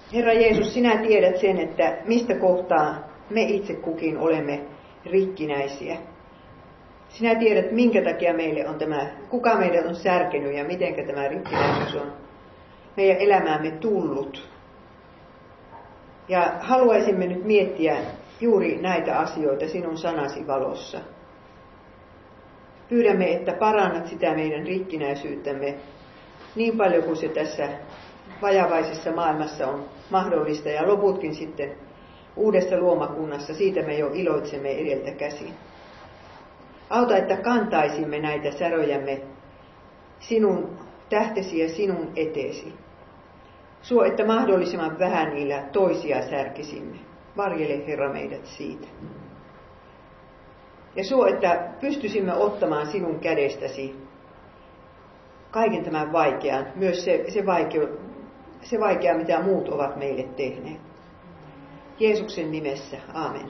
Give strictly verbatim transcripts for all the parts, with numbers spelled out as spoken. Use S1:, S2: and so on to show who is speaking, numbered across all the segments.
S1: Herra Jeesus, sinä tiedät sen, että mistä kohtaa me itse kukin olemme rikkinäisiä. Sinä tiedät, minkä takia meille on tämä, kuka meidät on särkenyt ja miten tämä rikkinäisyys on meidän elämäämme tullut. Ja haluaisimme nyt miettiä juuri näitä asioita sinun sanasi valossa. Pyydämme, että parannat sitä meidän rikkinäisyyttämme niin paljon kuin se tässä vajavaisessa maailmassa on mahdollista, ja loputkin sitten uudessa luomakunnassa, siitä me jo iloitsemme edeltä käsin. Auta, että kantaisimme näitä säröjämme sinun tähtesi ja sinun eteesi. Suo, että mahdollisimman vähän niillä toisia särkisimme. Varjele, Herra, meidät siitä. Ja suo, että pystyisimme ottamaan sinun kädestäsi kaiken tämän vaikean, myös se, se, vaikea, se vaikea, mitä muut ovat meille tehneet. Jeesuksen nimessä, aamen.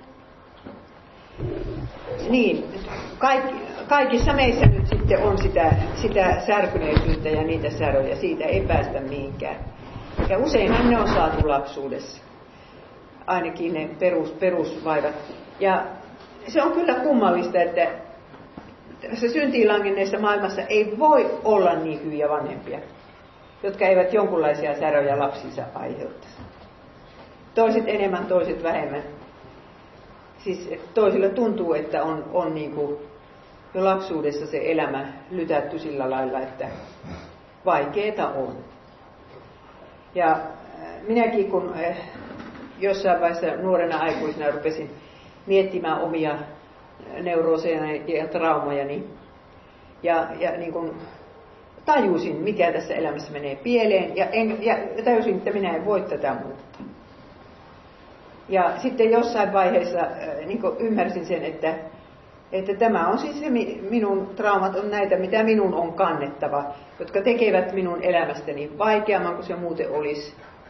S1: Niin, kaikki, kaikissa meissä nyt sitten on sitä, sitä särkyneisyyttä ja niitä säröjä, siitä ei päästä mihinkään. Ja useinhan ne on saatu lapsuudessa, ainakin ne perus, perusvaivat. Ja se on kyllä kummallista, että tässä syntiin langenneessa maailmassa ei voi olla niin hyviä vanhempia, jotka eivät jonkunlaisia säröjä lapsinsa aiheuttaisi. Toiset enemmän, toiset vähemmän. Siis toisilla tuntuu, että on, on niin kuin jo lapsuudessa se elämä lytätty sillä lailla, että vaikeeta on. Ja minäkin, kun jossain vaiheessa nuorena aikuisena rupesin miettimään omia neurooseja ja traumojani, ja, ja niin kuin tajusin, mikä tässä elämässä menee pieleen, ja, en, ja tajusin, että minä en voi tätä muuttaa. Ja sitten jossain vaiheessa niin kuin ymmärsin sen, että, että tämä on siis se minun traumat on näitä, mitä minun on kannettava, jotka tekevät minun elämästäni vaikeamman kuin se muuten olisi.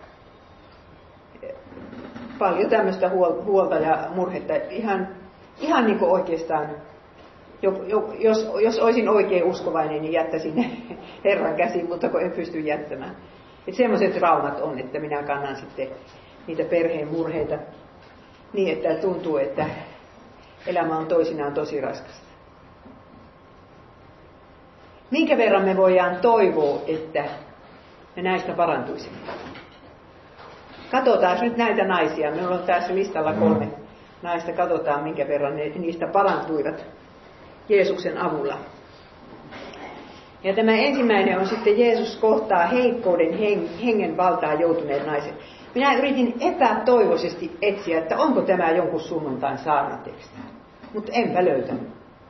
S1: Paljon tämmöistä huolta ja murhetta. Ihan, ihan niin kuin oikeastaan, jos, jos olisin oikein uskovainen, niin jättäisin Herran käsiin, mutta kun en pysty jättämään. Että semmoiset traumat on, että minä kannan sitten niitä perheen murheita niin, että tuntuu, että elämä on toisinaan tosi raskasta. Minkä verran me voidaan toivoa, että me näistä parantuisimme? Katsotaan nyt näitä naisia. Minulla on tässä listalla kolme naista. Katsotaan, minkä verran ne niistä parantuivat Jeesuksen avulla. Ja tämä ensimmäinen on sitten Jeesus kohtaa heikkouden hengen valtaan joutuneet naiset. Minä yritin epätoivoisesti etsiä, että onko tämä jonkun sunnuntain saarnateksti, mutta enpä löytänyt.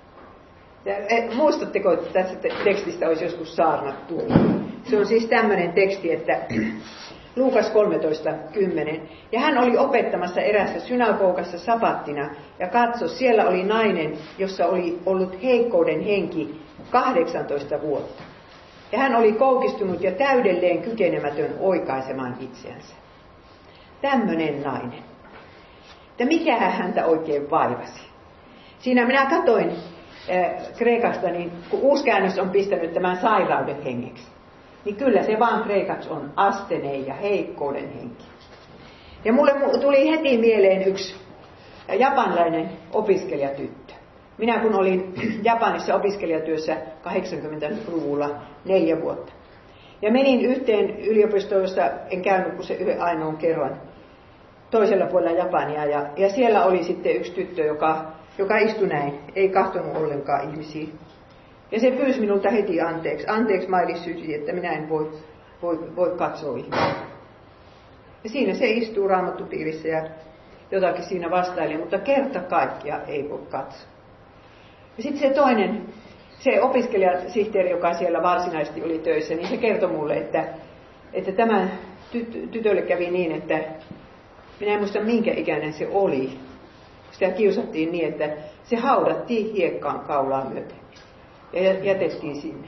S1: Muistatteko, että tässä tekstistä olisi joskus saarnattu? Se on siis tämmöinen teksti, että Luukas kolmetoista kymmenen. Ja hän oli opettamassa erässä synagogassa sapattina, ja katso, siellä oli nainen, jossa oli ollut heikkouden henki kahdeksantoista vuotta. Ja hän oli koukistunut ja täydelleen kykenemätön oikaisemaan itseänsä. Tämmöinen nainen. Että mikähän häntä oikein vaivasi? Siinä minä katoin äh, Kreikasta, niin kun uuskäännös on pistänyt tämän sairauden hengeksi, niin kyllä se vaan kreikaksi on astenei ja heikkouden henki. Ja mulle tuli heti mieleen yksi japanilainen opiskelijatyttö. Minä kun olin Japanissa opiskelijatyössä kahdeksankymmentäluvulla neljä vuotta. Ja menin yhteen yliopistoon, jossa en käynyt kuin se yhden ainoan kerran toisella puolella Japania. Ja, ja siellä oli sitten yksi tyttö, joka, joka istui näin, ei katsonut ollenkaan ihmisiä. Ja se pyysi minulta heti anteeksi. Anteeksi Mailis Sysi, että minä en voi, voi, voi katsoa ihmisiä. Ja siinä se istuu raamattupiirissä ja jotakin siinä vastailee, mutta kerta kaikkia ei voi katsoa. Ja sitten se toinen, se opiskelijasihteeri, joka siellä varsinaisesti oli töissä, niin se kertoi mulle, että, että tämä tyt, tytölle kävi niin, että minä en muista minkä ikäinen se oli. Sitä kiusattiin niin, että se haudattiin hiekkaan kaulaa myöten ja jätettiin sinne.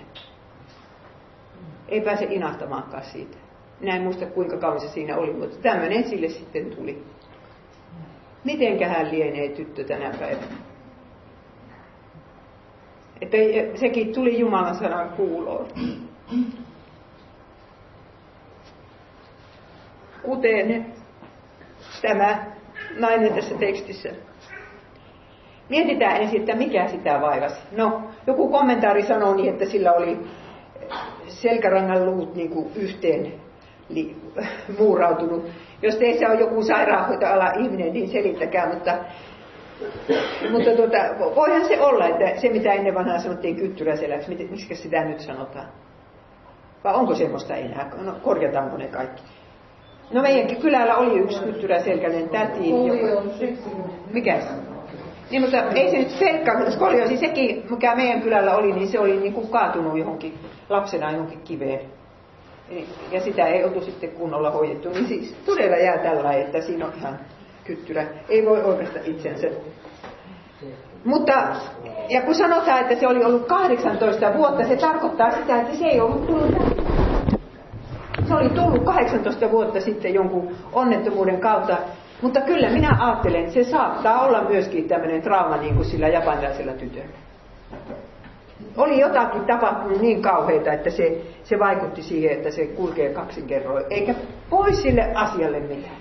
S1: Ei pääse inahtamaankaan siitä. Minä en muista kuinka kauan se siinä oli, mutta tämmöinen sille sitten tuli. Mitenkähän lienee tyttö tänä päivänä? Että sekin tuli Jumalan sanan kuuloon. kuten tämä nainen tässä tekstissä. Mietitään ensin, että mikä sitä vaivasi. No, joku kommentaari sanoo niin, että sillä oli selkärangan luut niin kuin yhteen li- muurautunut. Jos teissä on joku sairaanhoitoala ihminen, niin selittäkää, mutta, mutta tuota, voihan se olla, että se mitä ennen vanhaa sanottiin kyttyräseläksi, miksi sitä nyt sanotaan? Vai onko semmoista enää? No, korjataanko ne kaikki? No meidänkin kylällä oli yksi kyttyräselkäinen täti. Mikä se? Niin, mutta ei se nyt pelkkä skoliosi, sekin mikä meidän kylällä oli, niin se oli niin kuin kaatunut johonkin lapsena johonkin kiveen. Ja sitä ei oltu sitten kunnolla hoidettu. Niin siis todella jää tällainen, että siinä on ihan kyttyrä. Ei voi oikeastaan itsensä. Mutta, ja kun sanotaan, että se oli ollut kahdeksantoista vuotta, se tarkoittaa sitä, että se ei ollut tullut. Se oli tullut kahdeksantoista vuotta sitten jonkun onnettomuuden kautta. Mutta kyllä minä ajattelen, että se saattaa olla myöskin tämmöinen trauma niin kuin sillä japanilaisella tytöllä. Oli jotakin tapahtunut niin kauheita, että se, se vaikutti siihen, että se kulkee kaksin kerroin, eikä pois sille asialle mitään.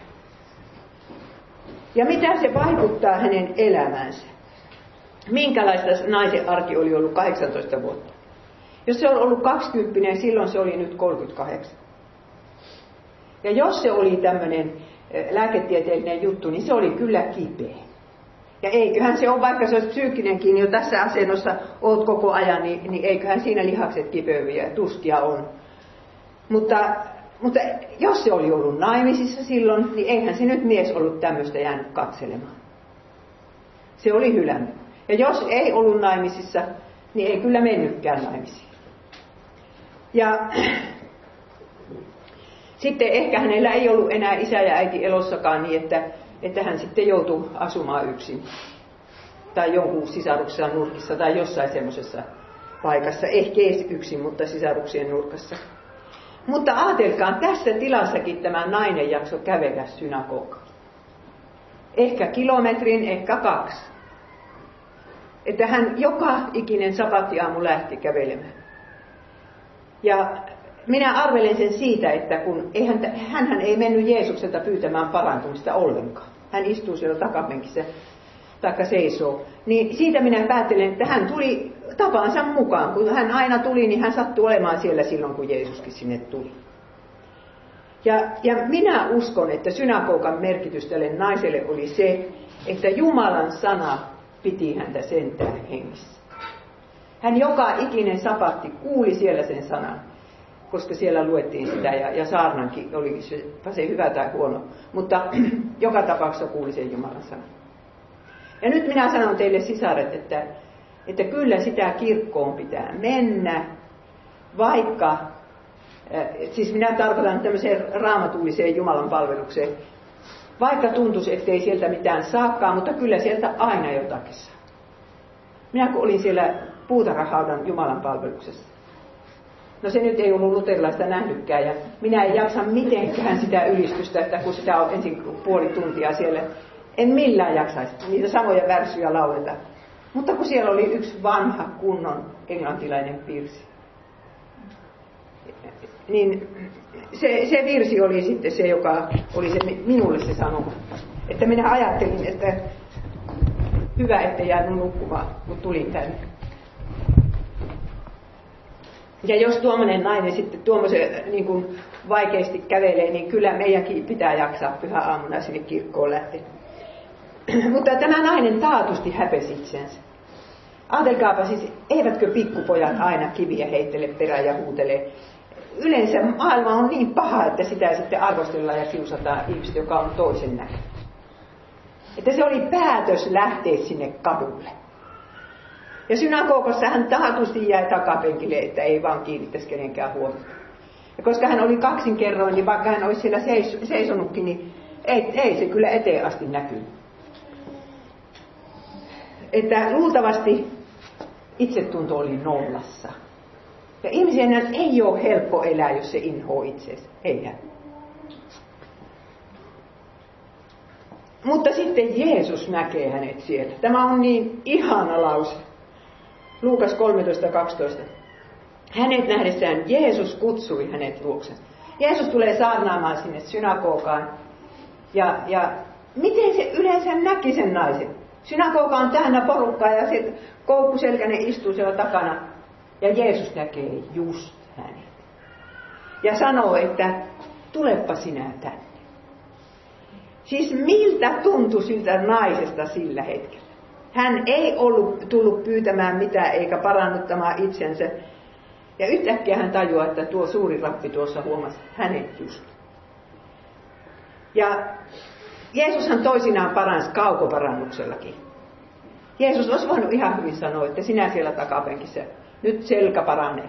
S1: Ja mitä se vaikuttaa hänen elämäänsä? Minkälaista naisen arki oli ollut kahdeksantoista vuotta? Jos se on ollut kaksikymmentä, silloin se oli nyt kolmekymmentäkahdeksan. Ja jos se oli tämmöinen lääketieteellinen juttu, niin se oli kyllä kipeä. Ja eiköhän se ole, vaikka se olisi psyykkinenkin, niin jo tässä asennossa oot koko ajan, niin, niin eiköhän siinä lihakset kipeyviä ja tuskia on. Mutta, mutta jos se oli ollut naimisissa silloin, niin eihän se nyt mies ollut tämmöistä jäänyt katselemaan. Se oli hylännyt. Ja jos ei ollut naimisissa, niin ei kyllä mennytkään naimisiin. Ja sitten ehkä hänellä ei ollut enää isä ja äiti elossakaan niin, että, että hän sitten joutui asumaan yksin. Tai jonkun sisaruksen nurkissa tai jossain semmoisessa paikassa. Ehkä ei yksin, mutta sisaruksien nurkassa. Mutta ajatelkaa, tässä tilassakin tämä nainen jakso kävellä synagogaan. Ehkä kilometrin, ehkä kaksi. Että hän joka ikinen sabattiaamu lähti kävelemään. Ja minä arvelen sen siitä, että kun eihän, hänhän ei mennyt Jeesukselta pyytämään parantumista ollenkaan. Hän istuu siellä takapenkissä, taikka seisoo. Niin siitä minä päättelen, että hän tuli tapansa mukaan. Kun hän aina tuli, niin hän sattui olemaan siellä silloin, kun Jeesuskin sinne tuli. Ja, ja minä uskon, että synagogan merkitys tälle naiselle oli se, että Jumalan sana piti häntä sentään hengissä. Hän joka ikinen sapatti kuuli siellä sen sanan, koska siellä luettiin sitä ja, ja saarnankin oli se, se hyvä tai huono, mutta joka tapauksessa kuuli sen Jumalan sanan. Ja nyt minä sanon teille sisaret, että, että kyllä sitä kirkkoon pitää mennä, vaikka, siis minä tarkoitan tämmöiseen raamatulliseen Jumalan palvelukseen, vaikka tuntuisi, ettei sieltä mitään saakaan, mutta kyllä sieltä aina jotakin saa. Minä kun olin siellä puutarhahaudan Jumalan palveluksessa, no se nyt ei ollut luterilaista nähnytkään ja minä en jaksa mitenkään sitä ylistystä, että kun sitä on ensin puoli tuntia siellä, en millään jaksaisi niitä samoja värsyjä lauleta. Mutta kun siellä oli yksi vanha kunnon englantilainen virsi, niin se, se virsi oli sitten se, joka oli se, minulle se sanoma. Että minä ajattelin, että hyvä, ettei jäänyt nukkumaan, kun tulin tänne. Ja jos tuommoinen nainen sitten tuommoisen niin kuin vaikeasti kävelee, niin kyllä meidänkin pitää jaksaa pyhäaamuna sinne kirkkoon lähteä. Mutta tämä nainen taatusti häpesi itsensä. Ajatelkaapa siis, eivätkö pikkupojat aina kiviä heittele perään ja huutele. Yleensä maailma on niin paha, että sitä sitten arvostellaan ja kiusataan ihmistä, joka on toisen näköinen. Että se oli päätös lähteä sinne kadulle. Ja synagogassa hän taatusti jäi takapenkille, että ei vaan kiinnittäisi kenenkään huomiota. Ja koska hän oli kaksin kerroin, niin vaikka hän olisi siellä seis, seisonutkin, niin ei, ei se kyllä eteen asti näkynyt. Että luultavasti itsetunto oli nollassa. Ja ihmisen ei ole helppo elää, jos se inhoo itseensä. Eihän. Mutta sitten Jeesus näkee hänet siellä. Tämä on niin ihana lause. Luukas kolmetoista kaksitoista. Hänet nähdessään Jeesus kutsui hänet luoksensa. Jeesus tulee saarnaamaan sinne synagogaan. Ja, ja miten se yleensä näki sen naisen? Synagoga on täynnä porukkaa ja se koukkuselkäinen istuu siellä takana. Ja Jeesus näkee just hänet. Ja sanoo, että tulepa sinä tänne. Siis miltä tuntui siltä naisesta sillä hetkellä? Hän ei ollut tullut pyytämään mitään eikä parannuttamaan itsensä. Ja yhtäkkiä hän tajuaa, että tuo suuri rappi tuossa huomasi hänet just. Ja Jeesushan toisinaan paransi kaukoparannuksellakin. Jeesus olisi voinut ihan hyvin sanoa, että sinä siellä takapenkissä, nyt selkä paranee.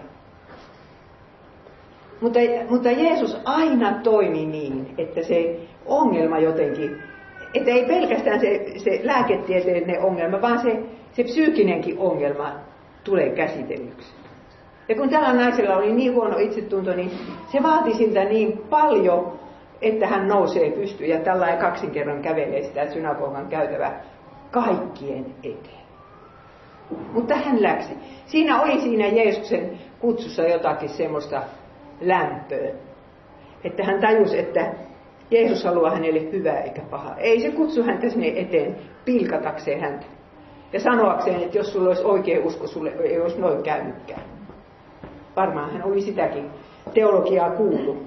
S1: Mutta, mutta Jeesus aina toimi niin, että se ongelma jotenkin, että ei pelkästään se, se lääketieteellinen ongelma, vaan se, se psyykinenkin ongelma tulee käsitellyksi. Ja kun tällä naisella oli niin huono itsetunto, niin se vaati siltä niin paljon, että hän nousee pystyyn ja tällainen kaksin kerran kävelee sitä synagogan käytävä kaikkien eteen. Mutta hän läksi. Siinä oli siinä Jeesuksen kutsussa jotakin semmoista lämpöä. Että hän tajusi, että Jeesus haluaa hänelle hyvää eikä pahaa. Ei se kutsu häntä sinne eteen pilkatakseen häntä. Ja sanoakseen, että jos sulla olisi oikea usko, sulle ei olisi noin käynytkään. Varmaan hän oli sitäkin teologiaa kuullut.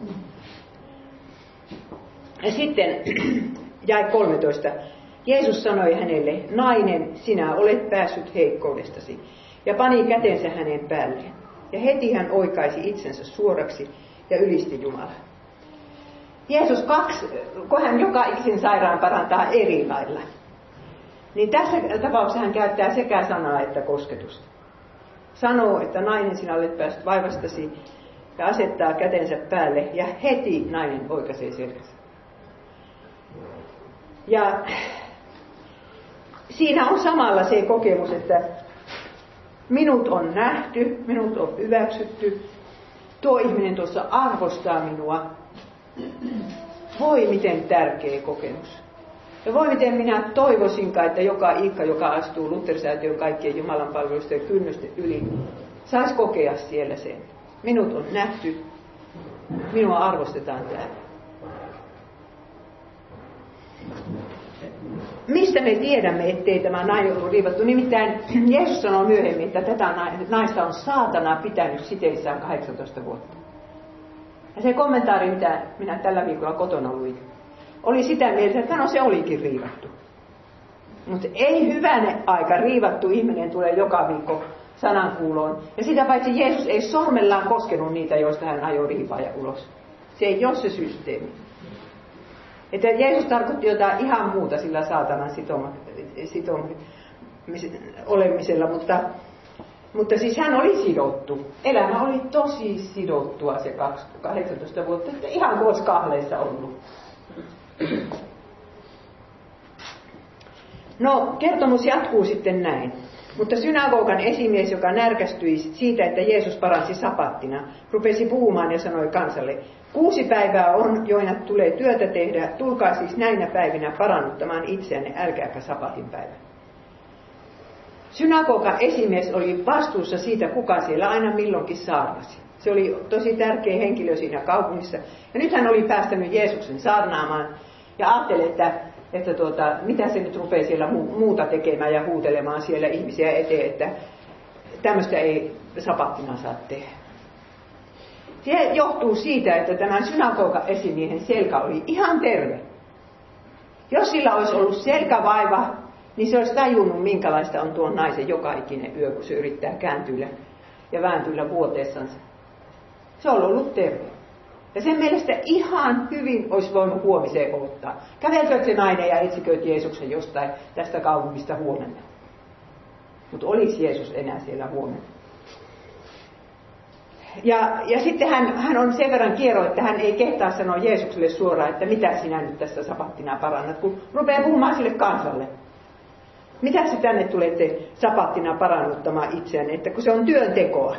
S1: Ja sitten jae kolmetoista. Jeesus sanoi hänelle, nainen, sinä olet päässyt heikkoudestasi. Ja pani kätensä hänen päälleen. Ja heti hän oikaisi itsensä suoraksi ja ylisti Jumalaa. Jeesus kaksi, kun hän joka ikisen sairaan parantaa eri lailla. Niin tässä tapauksessa hän käyttää sekä sanaa että kosketusta. Sanoo, että nainen, sinä olet päässyt vaivastasi ja asettaa kätensä päälle ja heti nainen oikaisee selkänsä. Ja siinä on samalla se kokemus, että minut on nähty, minut on hyväksytty, tuo ihminen tuossa arvostaa minua. Voi miten tärkeä kokemus. Ja voi miten minä toivoisinkaan, että joka Iikka, joka astuu Luthersäätiön kaikkien jumalanpalvelusten kynnysten yli, saisi kokea siellä sen. Minut on nähty, minua arvostetaan täällä. Mistä me tiedämme, ettei tämä nainen ollut riivattu? Nimittäin Jeesus sanoo myöhemmin, että tätä naista on saatana pitänyt siteissään kahdeksantoista vuotta. Ja se kommentaari, mitä minä tällä viikolla kotona luin, oli sitä mieltä, että no se olikin riivattu. Mutta ei hyvänä aika riivattu ihminen tulee joka viikko sanankuuloon. Ja sitä paitsi Jeesus ei sormellaan koskenut niitä, joista hän ajoi riipaaja ulos. Se ei ole se systeemi. Että Jeesus tarkoitti jotain ihan muuta sillä saatanan sitoma, sitoma, olemisella, mutta, mutta siis hän oli sidottu. Elämä oli tosi sidottua se kahdeksantoista vuotta, että ihan kuin olisi kahleissa ollut. No, kertomus jatkuu sitten näin. Mutta synagogan esimies, joka närkästyi siitä, että Jeesus paransi sapattina, rupesi puhumaan ja sanoi kansalle, kuusi päivää on, joina tulee työtä tehdä, tulkaa siis näinä päivinä parannuttamaan itseänne, älkääkä sapatin päivä. Synagogan esimies oli vastuussa siitä, kuka siellä aina milloinkin saarnasi. Se oli tosi tärkeä henkilö siinä kaupungissa. Ja nyt hän oli päästänyt Jeesuksen saarnaamaan ja ajatteli, että, että tuota, mitä se nyt rupeaa siellä muuta tekemään ja huutelemaan siellä ihmisiä eteen, että tämmöistä ei sapattina saa tehdä. Se johtuu siitä, että tämän synagogan esimiehen selkä oli ihan terve. Jos sillä olisi ollut selkävaiva, niin se olisi tajunnut, minkälaista on tuon naisen joka ikinen yö, kun se yrittää kääntyillä ja vääntyillä vuoteessansa. Se on ollut terve. Ja sen mielestä ihan hyvin olisi voinut huomiseen ottaa. Kävelkööt se nainen ja etsikööt Jeesuksen jostain tästä kaupungista huomenna. Mutta olisi Jeesus enää siellä huomenna? Ja, ja sitten hän, hän on sen verran kiero, että hän ei kehtaa sanoa Jeesukselle suoraan, että mitä sinä nyt tässä sapattina parannat, kun rupeaa puhumaan sille kansalle. Mitä se tänne tulette sapattina parannuttamaan itseänne, että kun se on työntekoa.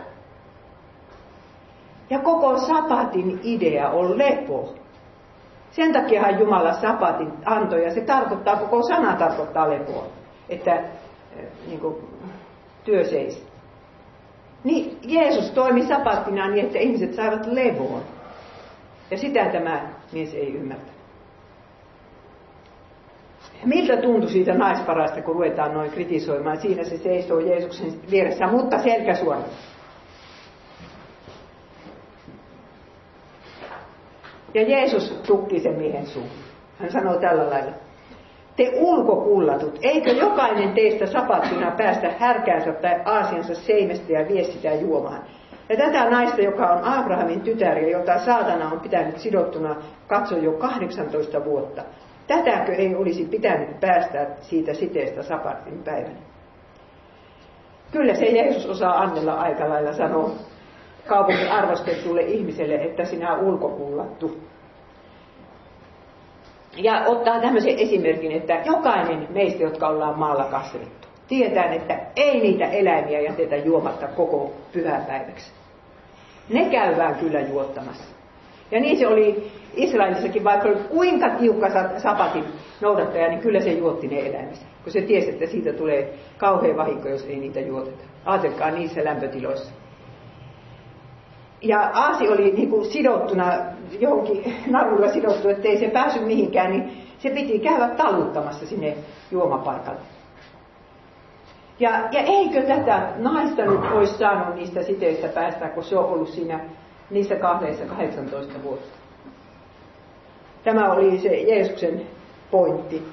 S1: Ja koko sapatin idea on lepo. Sen takiahan Jumala sapatin antoi, ja se tarkoittaa, koko sana tarkoittaa lepoa, että niin kuin, työ seis. Niin Jeesus toimi sapattina niin, että ihmiset saivat levoon. Ja sitä tämä mies ei ymmärtänyt. Miltä tuntui siitä naisparasta, kun ruvetaan noin kritisoimaan? Siinä se seisoo Jeesuksen vieressä, mutta selkä suoraan. Ja Jeesus tukki sen miehen suun. Hän sanoo tällä lailla. Te ulkokullatut, eikö jokainen teistä sapattina päästä härkäänsä tai aasiansa seimestä ja vie sitä juomaan? Ja tätä naista, joka on Abrahamin tytär ja jota saatana on pitänyt sidottuna, katso jo kahdeksantoista vuotta. Tätäkö ei olisi pitänyt päästää siitä siteestä sapatin päivänä? Kyllä se Jeesus osaa annella aika lailla sanoa kaupungin arvostetulle ihmiselle, että sinä ulkokullattu. Ja ottaa tämmöisen esimerkin, että jokainen meistä, jotka ollaan maalla kasvettu, tietää, että ei niitä eläimiä jätetä juomatta koko pyhäpäiväksi. Ne käydään kyllä juottamassa. Ja niin se oli Israelissakin, vaikka oli kuinka tiukka sapatin noudattaja, niin kyllä se juotti ne eläimiset. Kun se tiesi, että siitä tulee kauhea vahinko, jos ei niitä juoteta. Ajatelkaa niissä lämpötiloissa. Ja aasi oli niin kuin sidottuna, johonkin narulla sidottu, ettei se päässyt mihinkään, niin se piti käydä taluttamassa sinne juomapaikalle. Ja, ja eikö tätä naista nyt olisi saanut niistä siteistä päästä, kun se on ollut siinä niissä kahdessa kahdeksantoista vuotta. Tämä oli se Jeesuksen pointti.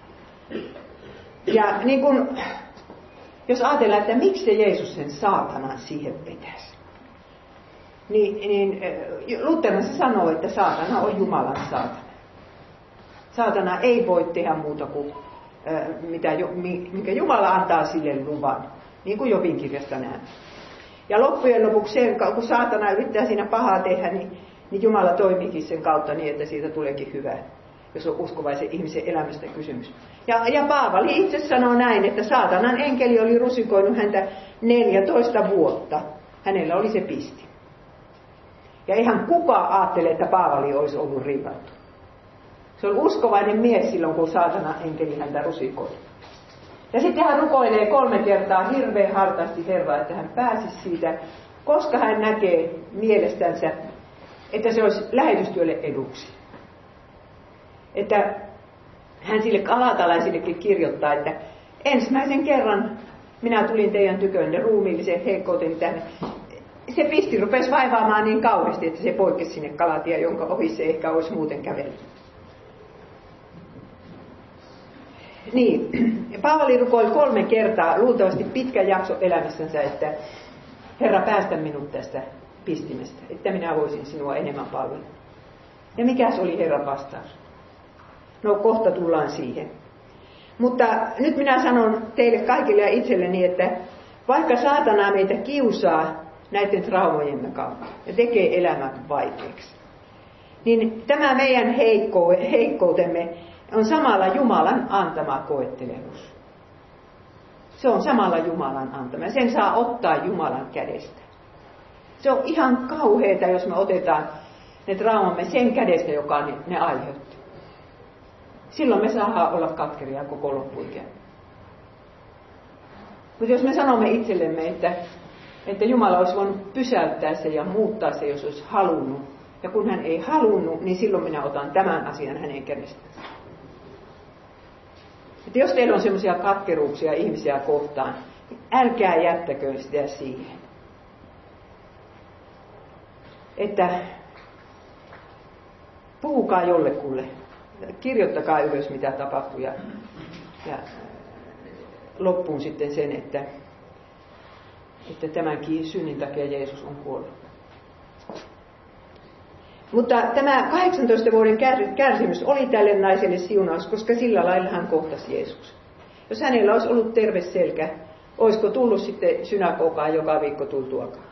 S1: Ja niin kun, jos ajatellaan, että miksi se Jeesus sen saatanan siihen vetäisi, niin, niin Luther sanoo, että saatana on Jumalan saatana. Saatana ei voi tehdä muuta kuin mitä, minkä Jumala antaa sille luvan, niin kuin Jobin kirjasta näemme. Ja loppujen lopuksi sen, kun saatana yrittää siinä pahaa tehdä, niin, niin Jumala toimiikin sen kautta niin, että siitä tuleekin hyvä, jos on uskovaisen ihmisen elämästä kysymys. Ja, ja Paavali itse sanoo näin, että saatanan enkeli oli rusikoinut häntä neljätoista vuotta. Hänellä oli se pisti. Ja eihän kukaan ajattele, että Paavali olisi ollut riivattu. Se on uskovainen mies silloin, kun saatanan enkeli häntä rusikoinut. Ja sitten hän rukoilee kolme kertaa hirveän hartaasti Herraa, että hän pääsisi siitä, koska hän näkee mielestänsä, että se olisi lähetystyölle eduksi. Että hän sille galatalaisillekin kirjoittaa, että ensimmäisen kerran minä tulin teidän tykönne ruumiillisen heikkouteni tänne. Se pisti rupesi vaivaamaan niin kauheasti, että se poikkesi sinne Galatia, jonka ohi se ehkä olisi muuten kävellyt. Niin, Paavali rukoili kolme kertaa, luultavasti pitkä jakso elämässänsä, että Herra, päästä minut tästä pistimestä, että minä voisin sinua enemmän palvella. Ja mikäs oli Herran vastaus? No kohta tullaan siihen. Mutta nyt minä sanon teille kaikille ja itselleni, että vaikka saatana meitä kiusaa näiden traumojemme kautta ja tekee elämän vaikeaksi, niin tämä meidän heikkoutemme on samalla Jumalan antama koettelemus. Se on samalla Jumalan antama. Sen saa ottaa Jumalan kädestä. Se on ihan kauheeta, jos me otetaan ne traumamme sen kädestä, joka ne, ne aiheutti. Silloin me saadaan olla katkeria koko loppuikään. Mutta jos me sanomme itsellemme, että, että Jumala olisi voinut pysäyttää se ja muuttaa se, jos olisi halunnut. Ja kun hän ei halunnut, niin silloin minä otan tämän asian hänen kädestänsä. Että jos teillä on semmoisia katkeruuksia ihmisiä kohtaan, niin älkää jättäkö sitä siihen. Että puhukaa jollekulle, kirjoittakaa ylös mitä tapahtui ja, ja loppuun sitten sen, että, että tämänkin synnin takia Jeesus on kuollut. Mutta tämä kahdeksantoista vuoden kärsimys oli tälle naiselle siunaus, koska sillä lailla hän kohtasi Jeesus. Jos hänellä olisi ollut terve selkä, olisiko tullut sitten synagogaan joka viikko tultuakaan.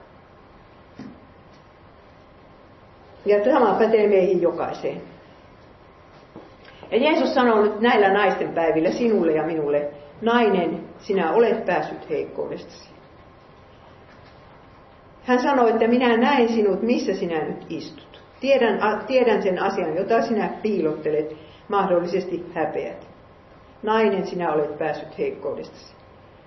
S1: Ja sama pätee meihin jokaiseen. Ja Jeesus sanoo nyt näillä naisten päivillä sinulle ja minulle, nainen, sinä olet päässyt heikkoudestasi. Hän sanoi, että minä näen sinut, missä sinä nyt istut. Tiedän, tiedän sen asian, jota sinä piilottelet, mahdollisesti häpeät. Nainen, sinä olet päässyt heikkoudestasi.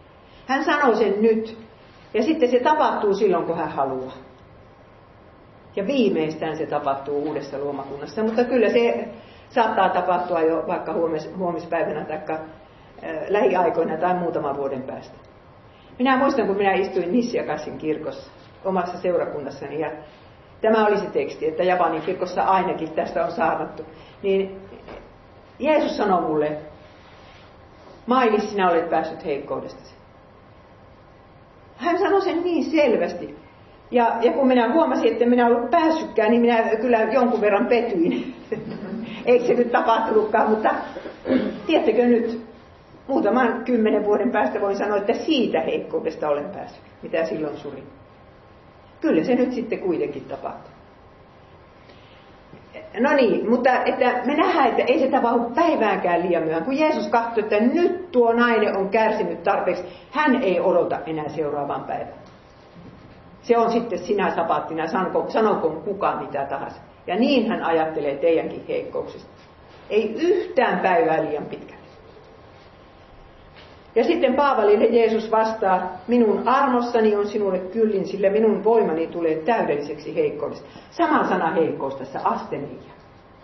S1: Hän sanoo sen nyt, ja sitten se tapahtuu silloin, kun hän haluaa. Ja viimeistään se tapahtuu uudessa luomakunnassa. Mutta kyllä se saattaa tapahtua jo vaikka huomis, huomispäivänä tai äh, lähiaikoina tai muutaman vuoden päästä. Minä muistan, kun minä istuin Nissiakassin kirkossa omassa seurakunnassani. Ja tämä oli se teksti, että Japanin kirkossa ainakin tästä on saarnattu. Niin Jeesus sanoi mulle, Mailis, sinä olet päässyt heikkoudestasi. Hän sanoi sen niin selvästi. Ja, ja kun minä huomasin, että minä en ollut päässytkään, niin minä kyllä jonkun verran petyin. Eikö se nyt tapahtunutkaan, mutta tiedättekö nyt, muutaman kymmenen vuoden päästä voin sanoa, että siitä heikkoudesta olen päässyt, mitä silloin surin. Kyllä se nyt sitten kuitenkin tapahtuu. No niin, mutta että me nähdään, että ei se tapahdu päiväänkään liian myöhään. Kun Jeesus katsoi, että nyt tuo nainen on kärsinyt tarpeeksi, hän ei odota enää seuraavaan päivään. Se on sitten sinä sabattina, sanokoon kukaan mitä tahansa. Ja niin hän ajattelee teidänkin heikkouksista. Ei yhtään päivää liian pitkälle. Ja sitten Paavalille Jeesus vastaa, minun armossani on sinulle kyllin, sillä minun voimani tulee täydelliseksi heikkoudesta. Sama sana heikkous tässä, astenia.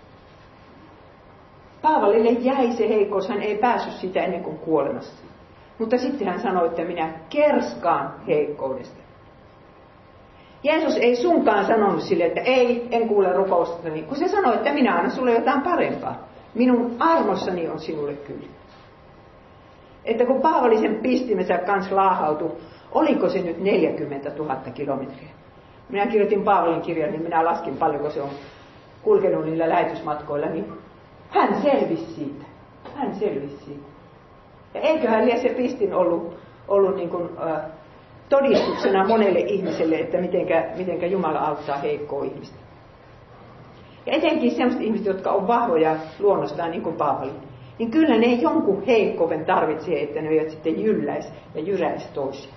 S1: Paavalille jäi se heikkous, hän ei päässyt sitä ennen kuin kuolemassa. Mutta sitten hän sanoi, että minä kerskaan heikkoudesta. Jeesus ei sunkaan sanonut sille, että ei, en kuule rukoustani, kun se sanoi, että minä annan sulle jotain parempaa. Minun armossani on sinulle kyllin. Että kun Paavali sen pistimensä kanssa laahautui, oliko se nyt neljäkymmentätuhatta kilometriä? Minä kirjoitin Paavalin kirjan, niin minä laskin paljonko se on kulkenut niillä lähetysmatkoilla, niin hän selvisi siitä. Hän selvisi siitä. Ja eiköhän liian se pistin ollut, ollut niin kuin, äh, todistuksena monelle ihmiselle, että mitenkä, mitenkä Jumala auttaa heikkoa ihmistä. Ja etenkin sellaiset ihmiset, jotka on vahvoja luonnostaan, niin kuin Paavali, niin kyllä ne jonkun heikkouden tarvitsee, että ne eivät sitten jylläisi ja jyräisi toisia.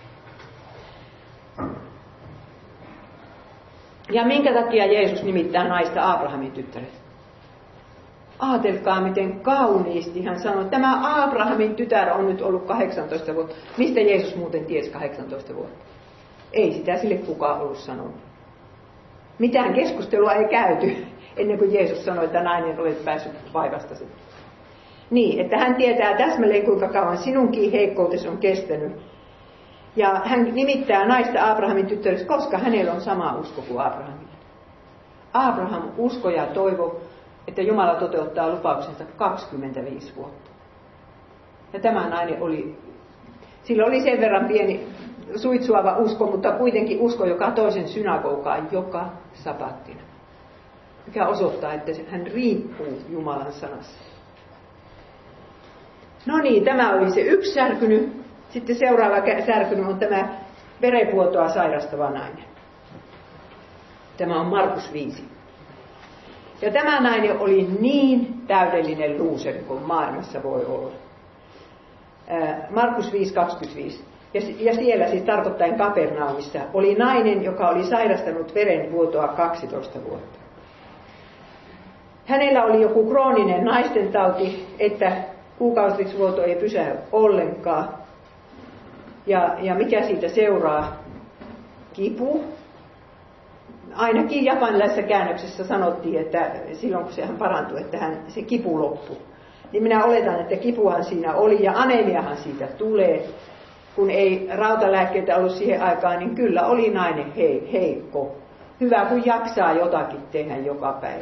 S1: Ja minkä takia Jeesus nimittää naista Abrahamin tyttärestä? Aatelkaa, miten kauniisti hän sanoi, että tämä Abrahamin tytär on nyt ollut kahdeksantoista vuotta. Mistä Jeesus muuten tiesi kahdeksantoista vuotta? Ei sitä sille kukaan ollut sanonut. Mitään keskustelua ei käyty ennen kuin Jeesus sanoi, että nainen olet päässyt vaivastasi. Niin, että hän tietää täsmälleen, kuinka kauan sinunkin heikkoutesi on kestänyt. Ja hän nimittää naista Abrahamin tyttäreksi, koska hänellä on sama usko kuin Abrahamilla. Abraham uskoi ja toivoi, että Jumala toteuttaa lupauksensa kaksikymmentäviisi vuotta. Ja tämä nainen oli, sillä oli sen verran pieni suitsuava usko, mutta kuitenkin usko, joka toisen synagogaan joka sabattina. Mikä osoittaa, että hän riippuu Jumalan sanassa. No niin, tämä oli se yksi särkyny. Sitten seuraava särkyny on tämä verenvuotoa sairastava nainen. Tämä on Markus viisi. Ja tämä nainen oli niin täydellinen luuseri kuin maailmassa voi olla. Markus viisi kaksikymmentäviisi. Ja siellä siis tarkoittaen Kapernaumissa oli nainen, joka oli sairastanut verenvuotoa kaksitoista vuotta. Hänellä oli joku krooninen naistentauti, että kuukausivuoto ei pysähdy ollenkaan. Ja, ja mikä siitä seuraa? Kipu. Ainakin japanilaisessa käännöksessä sanottiin, että silloin kun sehän parantui, että hän, se kipu loppui. Niin minä oletan, että kipuhan siinä oli ja anemiahan siitä tulee. Kun ei rautalääkkeitä ollut siihen aikaan, niin kyllä oli nainen hei, heikko. Hyvä, kun jaksaa jotakin tehdä joka päivä.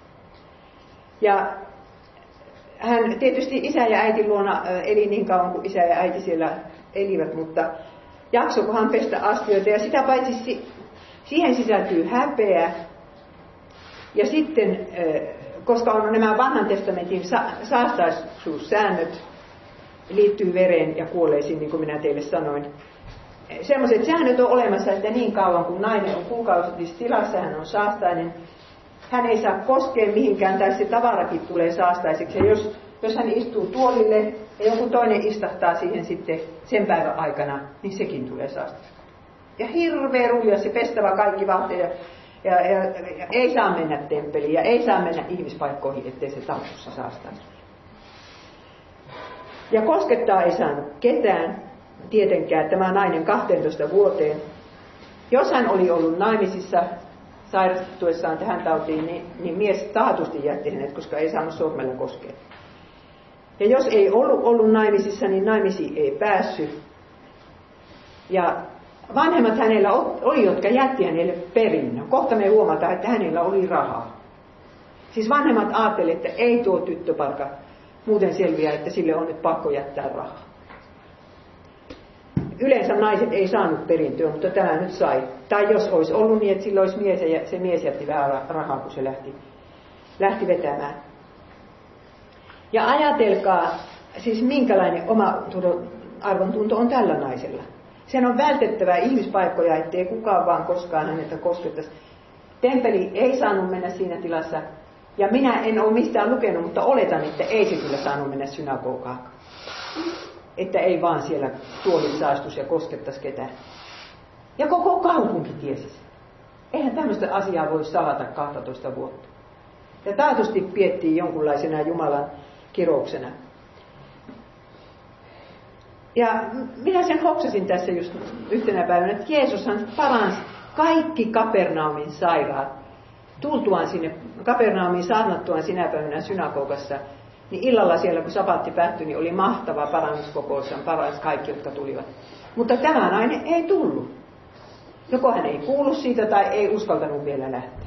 S1: Ja hän tietysti isä ja äiti luona eli niin kauan kuin isä ja äiti siellä elivät, mutta jaksoikohan pestä astioita. Ja sitä paitsi siihen sisältyy häpeä. Ja sitten, koska on nämä vanhan testamentin saastaisuussäännöt, liittyy vereen ja kuolleisiin, niin kuin minä teille sanoin. Sellaiset säännöt on olemassa, että niin kauan kun nainen on kuukausitisessa tilassa, hän on saastainen. Hän ei saa koskea mihinkään, tai se tavarakin tulee saastaiseksi. Ja jos, jos hän istuu tuolille ja joku toinen istahtaa siihen sitten sen päivän aikana, niin sekin tulee saastaiseksi. Ja hirveä rulja, se pestävä kaikki vaatteet. Ja, ja, ja, ja ei saa mennä temppeliin ja ei saa mennä ihmispaikkoihin, ettei se taussussa saastaisi. Ja koskettaa ei saanut ketään, tietenkään tämä nainen kahteentoista vuoteen. Jos hän oli ollut naimisissa sairastuessaan tähän tautiin, niin, niin mies taatusti jätti hänet, koska ei saanut sormella koskea. Ja jos ei ollut, ollut naimisissa, niin naimisiin ei päässyt. Ja vanhemmat hänellä oli, jotka jätti hänelle perinnön. Kohta me huomataan, että hänellä oli rahaa. Siis vanhemmat ajattelivat, että ei tuo tyttöparka muuten selviää, että sille on nyt pakko jättää rahaa. Yleensä naiset ei saanut perintöä, mutta tämä nyt sai. Tai jos olisi ollut niin, että sillä olisi mies ja se mies jätti vähän rahaa, kun se lähti, lähti vetämään. Ja ajatelkaa, siis minkälainen oma arvontunto on tällä naisella. Sen on vältettävä ihmispaikkoja, ettei kukaan vaan koskaan häneltä koskettaisi. Temppeli ei saanut mennä siinä tilassa. Ja minä en ole mistään lukenut, mutta oletan, että ei se kyllä saanut mennä synagogaan. Että ei vaan siellä tuolit saastuisi ja koskettaisi ketään. Ja koko kaupunki tiesi sen. Eihän tämmöistä asiaa voi salata kaksitoista vuotta. Ja taatusti piettiin jonkunlaisena Jumalan kirouksena. Ja minä sen hoksasin tässä just yhtenä päivänä, että Jeesushan paransi kaikki Kapernaumin sairaat. Tultuaan sinne Kapernaumiin saarnattuaan sinä päivänä synagogassa, niin illalla siellä kun sapatti päättyi, niin oli mahtava parannuskokous, hän paransi kaikki, jotka tulivat. Mutta tämä nainen ei tullut. Joko hän ei kuullut siitä tai ei uskaltanut vielä lähteä.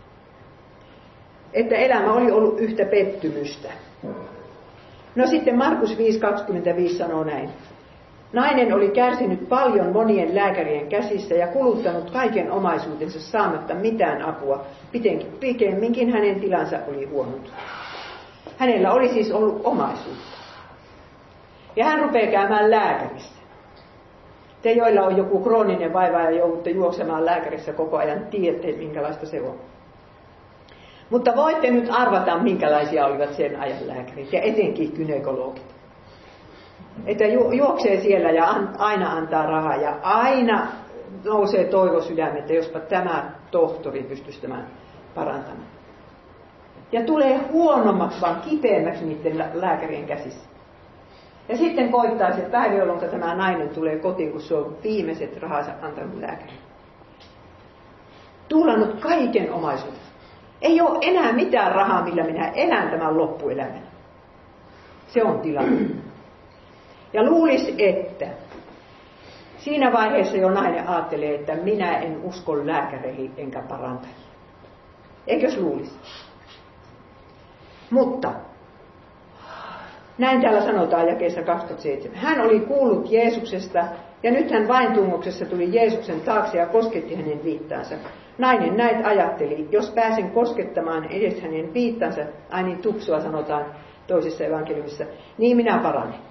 S1: Että elämä oli ollut yhtä pettymystä. No sitten Markus viisi kaksikymmentäviisi sanoo näin. Nainen oli kärsinyt paljon monien lääkärien käsissä ja kuluttanut kaiken omaisuutensa saamatta mitään apua. Pikemminkin hänen tilansa oli huonot. Hänellä oli siis ollut omaisuutta. Ja hän rupeaa käymään lääkärissä. Te, joilla on joku krooninen vaiva ja joudutte juoksemaan lääkärissä koko ajan, tiedätte, minkälaista se on. Mutta voitte nyt arvata, minkälaisia olivat sen ajan lääkärit ja etenkin gynekologit. Että ju- juoksee siellä ja an- aina antaa rahaa ja aina nousee toivo sydämen, että jospa tämä tohtori pystyisi tämän parantamaan. Ja tulee huonommaksi, vaan kipeämmäksi niiden lääkärien käsissä. Ja sitten koittaa se päivä, jolloin tämä nainen tulee kotiin, kun se on viimeiset rahansa antanut lääkäri. Tuhlannut kaiken omaisuuden. Ei ole enää mitään rahaa, millä minä elän tämän loppuelämän. Se on tilanne. Ja luulisi, että siinä vaiheessa jo nainen ajattelee, että minä en usko lääkäreihin enkä parantajia. Eikös luulisi? Mutta näin täällä sanotaan jakeessa kaksikymmentäseitsemän. Hän oli kuullut Jeesuksesta ja nyt hän vaintungoksessa tuli Jeesuksen taakse ja kosketti hänen viittaansa. Nainen näet ajatteli, jos pääsen koskettamaan edes hänen viittansa, ai niin tupsua sanotaan toisessa evankeliumissa, niin minä paranen.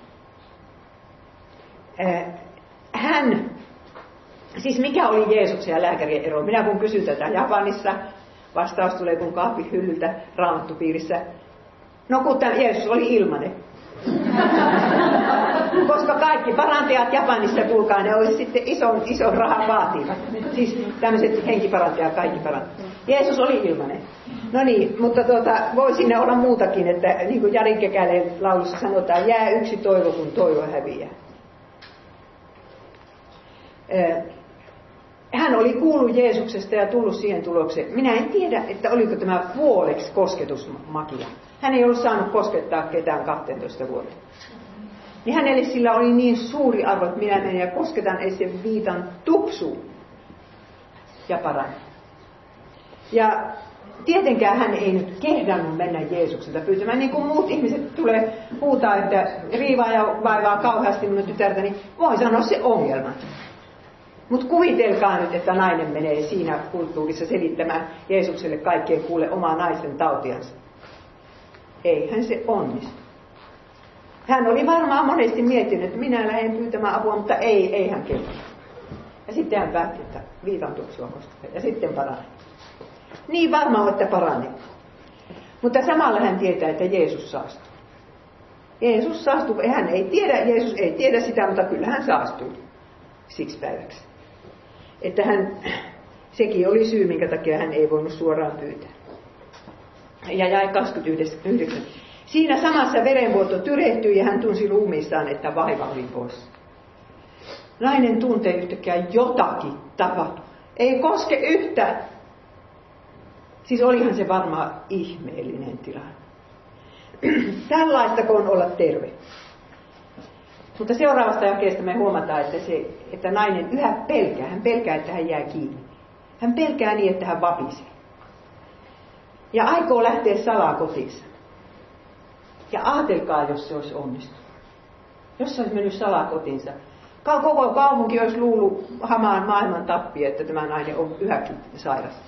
S1: Hän, siis mikä oli Jeesuksen ja lääkärien ero? Minä kun kysyn tätä Japanissa, vastaus tulee kun kaapin hyllyltä raamattupiirissä. No kun tämä Jeesus oli ilmanen. Koska kaikki parantajat Japanissa, kuulkaa, ne olisi sitten ison, ison rahan vaativat. Siis tämmöiset henkiparantajat, kaikki parantajat. Jeesus oli ilmanen. No niin, mutta tuota, voi sinne olla muutakin, että niin kuin Jari Kekäleen laulussa sanotaan, jää yksi toivo, kun toivo häviää. Hän oli kuullut Jeesuksesta ja tullut siihen tulokseen. Minä en tiedä, että oliko tämä puoleksi kosketusmakia. Hän ei ollut saanut koskettaa ketään kaksitoista vuotta. Niin hänelle sillä oli niin suuri arvo, että minä menen ja kosketan ei sen viitan tupsuun. Ja paran. Ja tietenkään hän ei nyt kehdannut mennä Jeesukselta pyytämään. Niin kuin muut ihmiset tulee huutaa, että riivaa ja vaivaa kauheasti minun tytärtä, niin voi sanoa se ongelma. Mutta kuvitelkaa nyt, että nainen menee siinä kulttuurissa selittämään Jeesukselle kaikkeen kuule omaa naisen tautiansa. Eihän se onnistu. Hän oli varmaan monesti miettinyt, että minä lähden pyytämään apua, mutta ei, ei hän kelpaa. Ja sitten hän päätti, että viitan tuksua koskaan. Ja sitten paranee. Niin varmaan, että paranee. Mutta samalla hän tietää, että Jeesus saastuu. Jeesus saastuu. Hän ei tiedä, Jeesus ei tiedä sitä, mutta kyllä hän saastuu siksi päiväksi. Että hän, sekin oli syy, minkä takia hän ei voinut suoraan pyytää. Ja jäi kaksikymmentäyhdeksän. Siinä samassa verenvuoto tyrehtyi ja hän tunsi ruumiissaan, että vaiva oli pois. Nainen tuntee yhtäkkiä jotakin tapahtuu. Ei koske yhtään. Siis olihan se varmaan ihmeellinen tilanne. Tällaista on olla terve. Mutta seuraavasta jakeesta me huomataan, että, se, että nainen yhä pelkää. Hän pelkää, että hän jää kiinni. Hän pelkää niin, että hän vapisee. Ja aikoo lähteä salaa kotiinsa. Ja ajatelkaa, jos se olisi onnistunut. Jos se olisi mennyt salaa kotiinsa. Koko kaupunki olisi luullut hamaan maailman tappi, että tämä nainen on yhäkin sairas.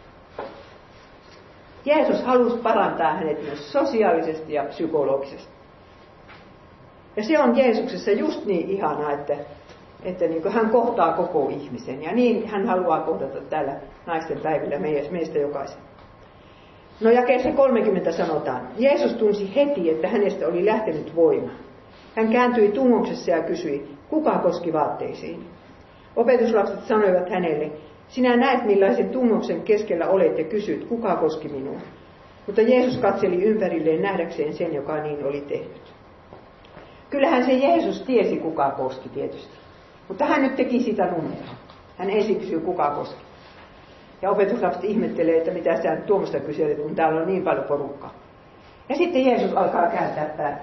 S1: Jeesus halusi parantaa hänet myös sosiaalisesti ja psykologisesti. Ja se on Jeesuksessa just niin ihanaa, että, että niin kuin hän kohtaa koko ihmisen. Ja niin hän haluaa kohdata täällä naisten päivillä meistä jokaisen. No jakeessa kolmekymmentä sanotaan, Jeesus tunsi heti, että hänestä oli lähtenyt voima. Hän kääntyi tungoksessa ja kysyi, kuka koski vaatteisiin? Opetuslapset sanoivat hänelle, sinä näet millaisen tungoksen keskellä olet ja kysyt, kuka koski minua. Mutta Jeesus katseli ympärilleen nähdäkseen sen, joka niin oli tehnyt. Kyllähän se Jeesus tiesi, kuka koski tietysti. Mutta hän nyt teki sitä numeroa. Hän ensin kysyi, kuka koski. Ja opetuslapset ihmettelee, että mitä sä tuommoista kyselet, kun täällä on niin paljon porukkaa. Ja sitten Jeesus alkaa kääntää päätä.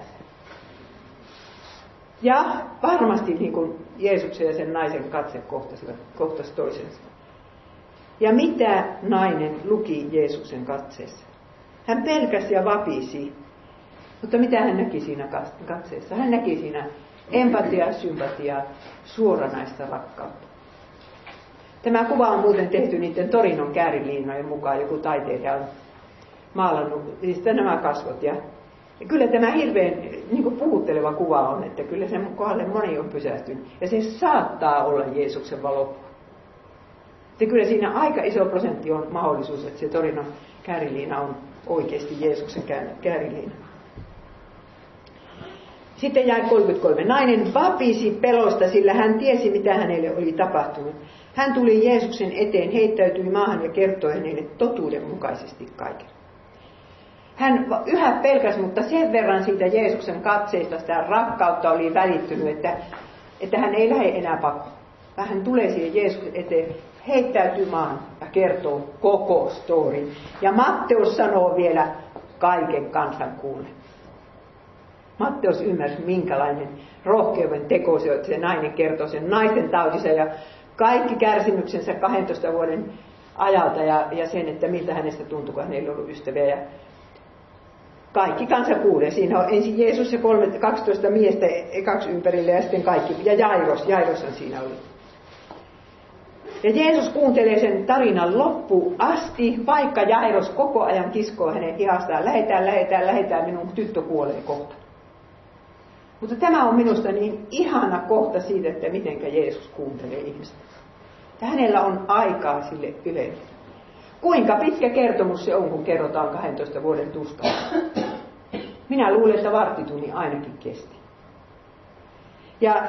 S1: Ja varmasti niin kuin Jeesuksen ja sen naisen katse kohtasivat, kohtasi toisensa. Ja mitä nainen luki Jeesuksen katseessa? Hän pelkäsi ja vapisi. Mutta mitä hän näki siinä katseessa? Hän näki siinä empatiaa, sympatiaa, suoranaista rakkautta. Tämä kuva on muuten tehty niiden Torinon käärinliinojen mukaan. Joku taiteilija on maalannut siis nämä kasvot. Ja, ja kyllä tämä hirveän niin kuin puhutteleva kuva on, että kyllä sen kohdalle moni on pysähtynyt. Ja se saattaa olla Jeesuksen valokuva. Että kyllä siinä aika iso prosentti on mahdollisuus, että se Torinon käärinliina on oikeasti Jeesuksen käärinliina. Sitten jäi kolmekymmentäkolme. Nainen vapisi pelosta, sillä hän tiesi, mitä hänelle oli tapahtunut. Hän tuli Jeesuksen eteen, heittäytyi maahan ja kertoi hänelle totuudenmukaisesti kaiken. Hän yhä pelkäsi, mutta sen verran siitä Jeesuksen katseista sitä rakkautta oli välittynyt, että, että hän ei lähde enää pakoon. Hän tulee siihen Jeesuksen eteen, heittäytyy maahan ja kertoo koko storin. Ja Matteus sanoo vielä kaiken kansan kuulle. Matteus ymmärsi, minkälainen rohkeuden teko se on, että se nainen kertoo sen naisten taudissa ja kaikki kärsimyksensä kahdentoista vuoden ajalta ja, ja sen, että miltä hänestä tuntui, kun hänellä oli ollut ystäviä. Ja kaikki kansa kuulee. Siinä on ensin Jeesus ja kolme, kaksitoista miestä kaksi ympärille ja sitten kaikki. Ja Jairos, Jairoshan siinä oli. Ja Jeesus kuuntelee sen tarinan loppuun asti, vaikka Jairos koko ajan kiskoo hänen ihastaan. Lähetään, lähetään, lähetään, minun tyttö kuolee kohta. Mutta tämä on minusta niin ihana kohta siitä, että miten Jeesus kuuntelee ihmistä. Ja hänellä on aikaa sille ylelle. Kuinka pitkä kertomus se on, kun kerrotaan kahdentoista vuoden tuskaa? Minä luulen, että varttitunni ainakin kesti. Ja,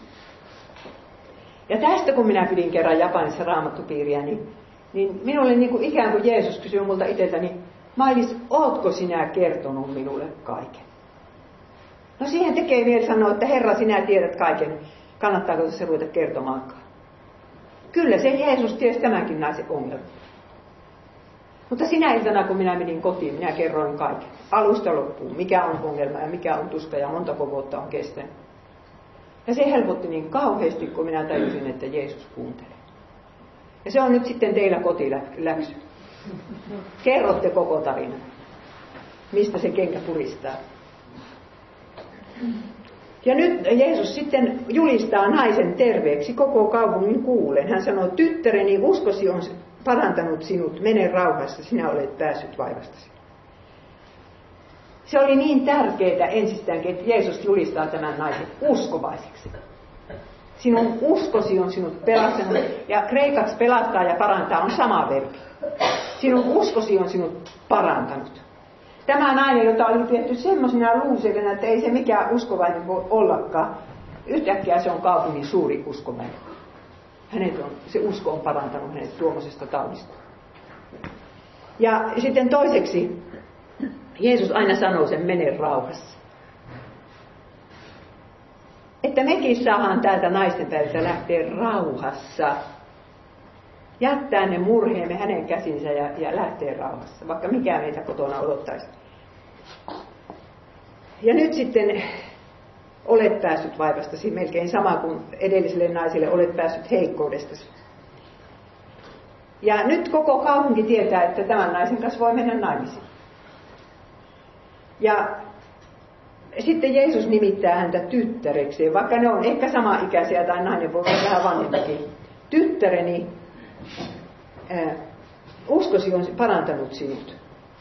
S1: ja tästä kun minä pidin kerran Japanissa raamattupiiriä, niin, niin minulle niin kuin ikään kuin Jeesus kysyi multa itseltäni, Mailis, ootko sinä kertonut minulle kaiken? No siihen tekee mieli sanoa, että Herra, sinä tiedät kaiken. Kannattaako se ruveta kertomaankaan? Kyllä se Jeesus tiesi tämänkin naisen ongelman. Mutta sinä iltana, kun minä menin kotiin, minä kerroin kaiken. Alusta loppuun, mikä on ongelma ja mikä on tuska ja montako vuotta on kestänyt. Ja se helpotti niin kauheasti, kun minä tajusin, että Jeesus kuuntelee. Ja se on nyt sitten teillä kotiläksy. Kerrotte koko tarinan. Mistä se kenkä puristaa. Ja nyt Jeesus sitten julistaa naisen terveeksi koko kaupungin kuulen. Hän sanoo, tyttäreni, uskosi on parantanut sinut, mene rauhassa, sinä olet päässyt vaivastasi. Se oli niin tärkeää ensistäänkin, että Jeesus julistaa tämän naisen uskovaiseksi. Sinun uskosi on sinut pelastanut, ja kreikaksi pelastaa ja parantaa on sama verbi. Sinun uskosi on sinut parantanut. Tämä nainen, jota oli pidetty semmoisena luuselina, että ei se mikään uskovainen voi ollakaan, yhtäkkiä se on kaupungin suuri uskovainen. Hänet on, se usko on parantanut hänet tuommoisesta taudista. Ja sitten toiseksi, Jeesus aina sanoo sen, mene rauhassa. Että mekin saadaan täältä naisten päivältä lähteä rauhassa. jättää ne murheemme hänen käsinsä ja, ja lähtee rauhassa, vaikka mikään meitä kotona odottaisi. Ja nyt sitten olet päässyt vaivastasi, melkein sama kuin edelliselle naiselle, olet päässyt heikkoudestasi. Ja nyt koko kaupunki tietää, että tämän naisen kanssa voi mennä naimisiin. Ja sitten Jeesus nimittää häntä tyttärekseen, vaikka ne on ehkä sama-ikäisiä tai nainen voi olla vähän vanhempikin. Tyttäreni, ää, uskosi on parantanut sinut.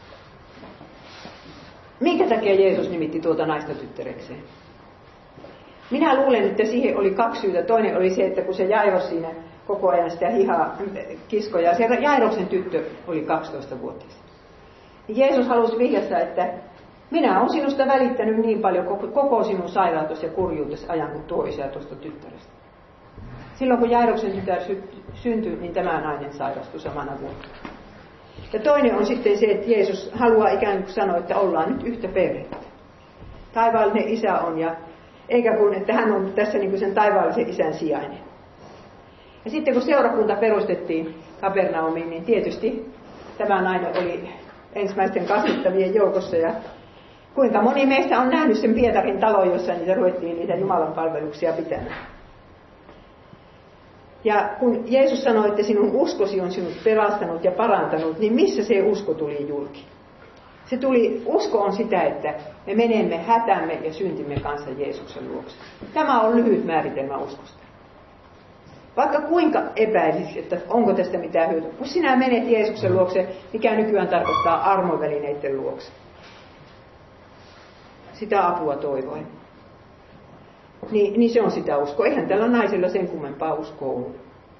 S1: Minkä takia Jeesus nimitti tuota naista tyttärekseen? Minä luulen, että siihen oli kaksi syytä. Toinen oli se, että kun se Jairos siinä koko ajan sitä hihaa kiskoja, se Jairoksen tyttö oli kaksitoistavuotias. Jeesus halusi vihjata, että minä olen sinusta välittänyt niin paljon koko sinun sairautesi ja kurjuutesi ajan kuin tuo isä tuosta tyttärestä. Silloin kun Jairoksen tytär syntyi, niin tämä nainen sairastui samana vuonna. Ja toinen on sitten se, että Jeesus haluaa ikään kuin sanoa, että ollaan nyt yhtä perhettä. Taivaallinen isä on, ja eikä kun, että hän on tässä niin kuin sen taivaallisen isän sijainen. Ja sitten kun seurakunta perustettiin Kapernaumiin, niin tietysti tämä nainen oli ensimmäisten kasvittavien joukossa. Ja kuinka moni meistä on nähnyt sen Pietarin talon, jossa niitä ruvettiin niitä Jumalan palveluksia pitämään. Ja kun Jeesus sanoi, että sinun uskosi on sinut pelastanut ja parantanut, niin missä se usko tuli julki? Se tuli, usko on sitä, että me menemme hätämme ja syntimme kanssa Jeesuksen luokse. Tämä on lyhyt määritelmä uskosta. Vaikka kuinka epäilisit, että onko tästä mitään hyötyä, kun sinä menet Jeesuksen luokse, mikä nykyään tarkoittaa armovälineiden luokse. Sitä apua toivoen. Niin, niin se on sitä uskoa. Eihän tällä naisella sen kummempaa uskoa ollut.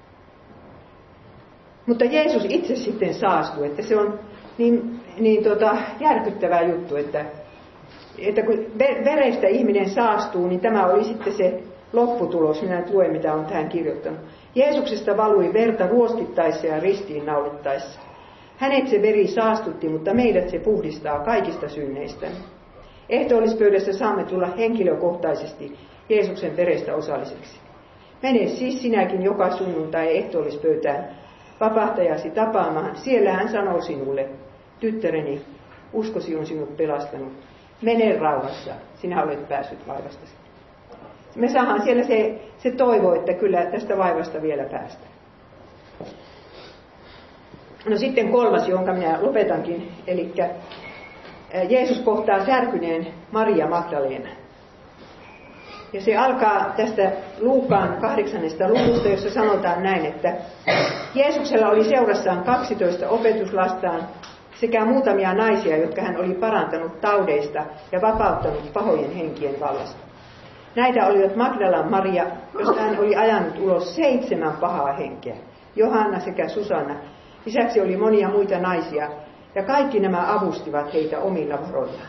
S1: Mutta Jeesus itse sitten saastui, että se on niin, niin tota, järkyttävä juttu, että, että kun verestä ihminen saastuu, niin tämä oli sitten se lopputulos. Minä nyt luen, mitä on tähän kirjoittanut. Jeesuksesta valui verta ruoskittaessa ja ristiin naulittaessa. Hänet se veri saastutti, mutta meidät se puhdistaa kaikista synneistä. Ehtoollispöydässä saamme tulla henkilökohtaisesti Jeesuksen verestä osalliseksi. Mene siis sinäkin joka sunnuntai ehtoollispöytään vapahtajasi tapaamaan. Siellä hän sanoo sinulle, tyttäreni, uskosi on sinut pelastanut. Mene rauhassa, sinä olet päässyt vaivastasi. Me saadaan siellä se, se toivo, että kyllä tästä vaivasta vielä päästään. No sitten kolmas, jonka minä lopetankin, eli Jeesus kohtaa särkyneen Maria Magdalena. Ja se alkaa tästä Luukaan kahdeksannesta luvusta, jossa sanotaan näin, että Jeesuksella oli seurassaan kaksitoista opetuslastaan sekä muutamia naisia, jotka hän oli parantanut taudeista ja vapauttanut pahojen henkien vallasta. Näitä olivat Magdalan Maria, josta hän oli ajanut ulos seitsemän pahaa henkeä, Johanna sekä Susanna. Lisäksi oli monia muita naisia, ja kaikki nämä avustivat heitä omilla varoillaan.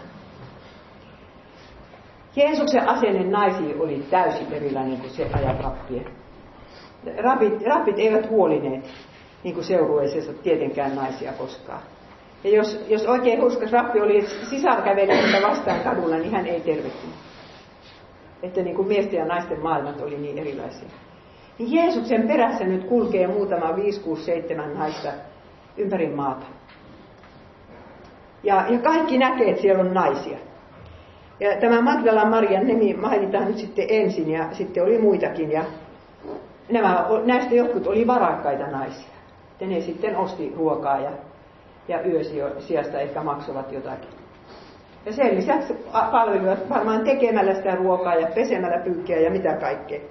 S1: Jeesuksen asenne naisiin oli täysin erilainen kuin se ajan rappien. Rappit, rappit eivät huolineet, niin kuin seurueisessa, tietenkään naisia koskaan. Ja jos, jos oikein huskas rappi oli sisarkävelijöitä vastaan kadulla, niin hän ei tervehtynyt. Että niin kuin miesten ja naisten maailmat oli niin erilaisia. Niin Jeesuksen perässä nyt kulkee muutama viisi, kuusi, seitsemän naista ympäri maata. Ja, ja kaikki näkee, että siellä on naisia. Ja tämä Magdalan Marian nimi mainitaan nyt sitten ensin ja sitten oli muitakin. Ja nämä, näistä jotkut oli varakkaita naisia. Ja ne sitten osti ruokaa ja, ja yösijasta ehkä maksavat jotakin. Ja sen lisäksi palvelivat varmaan tekemällä sitä ruokaa ja pesemällä pyykkiä ja mitä kaikkea.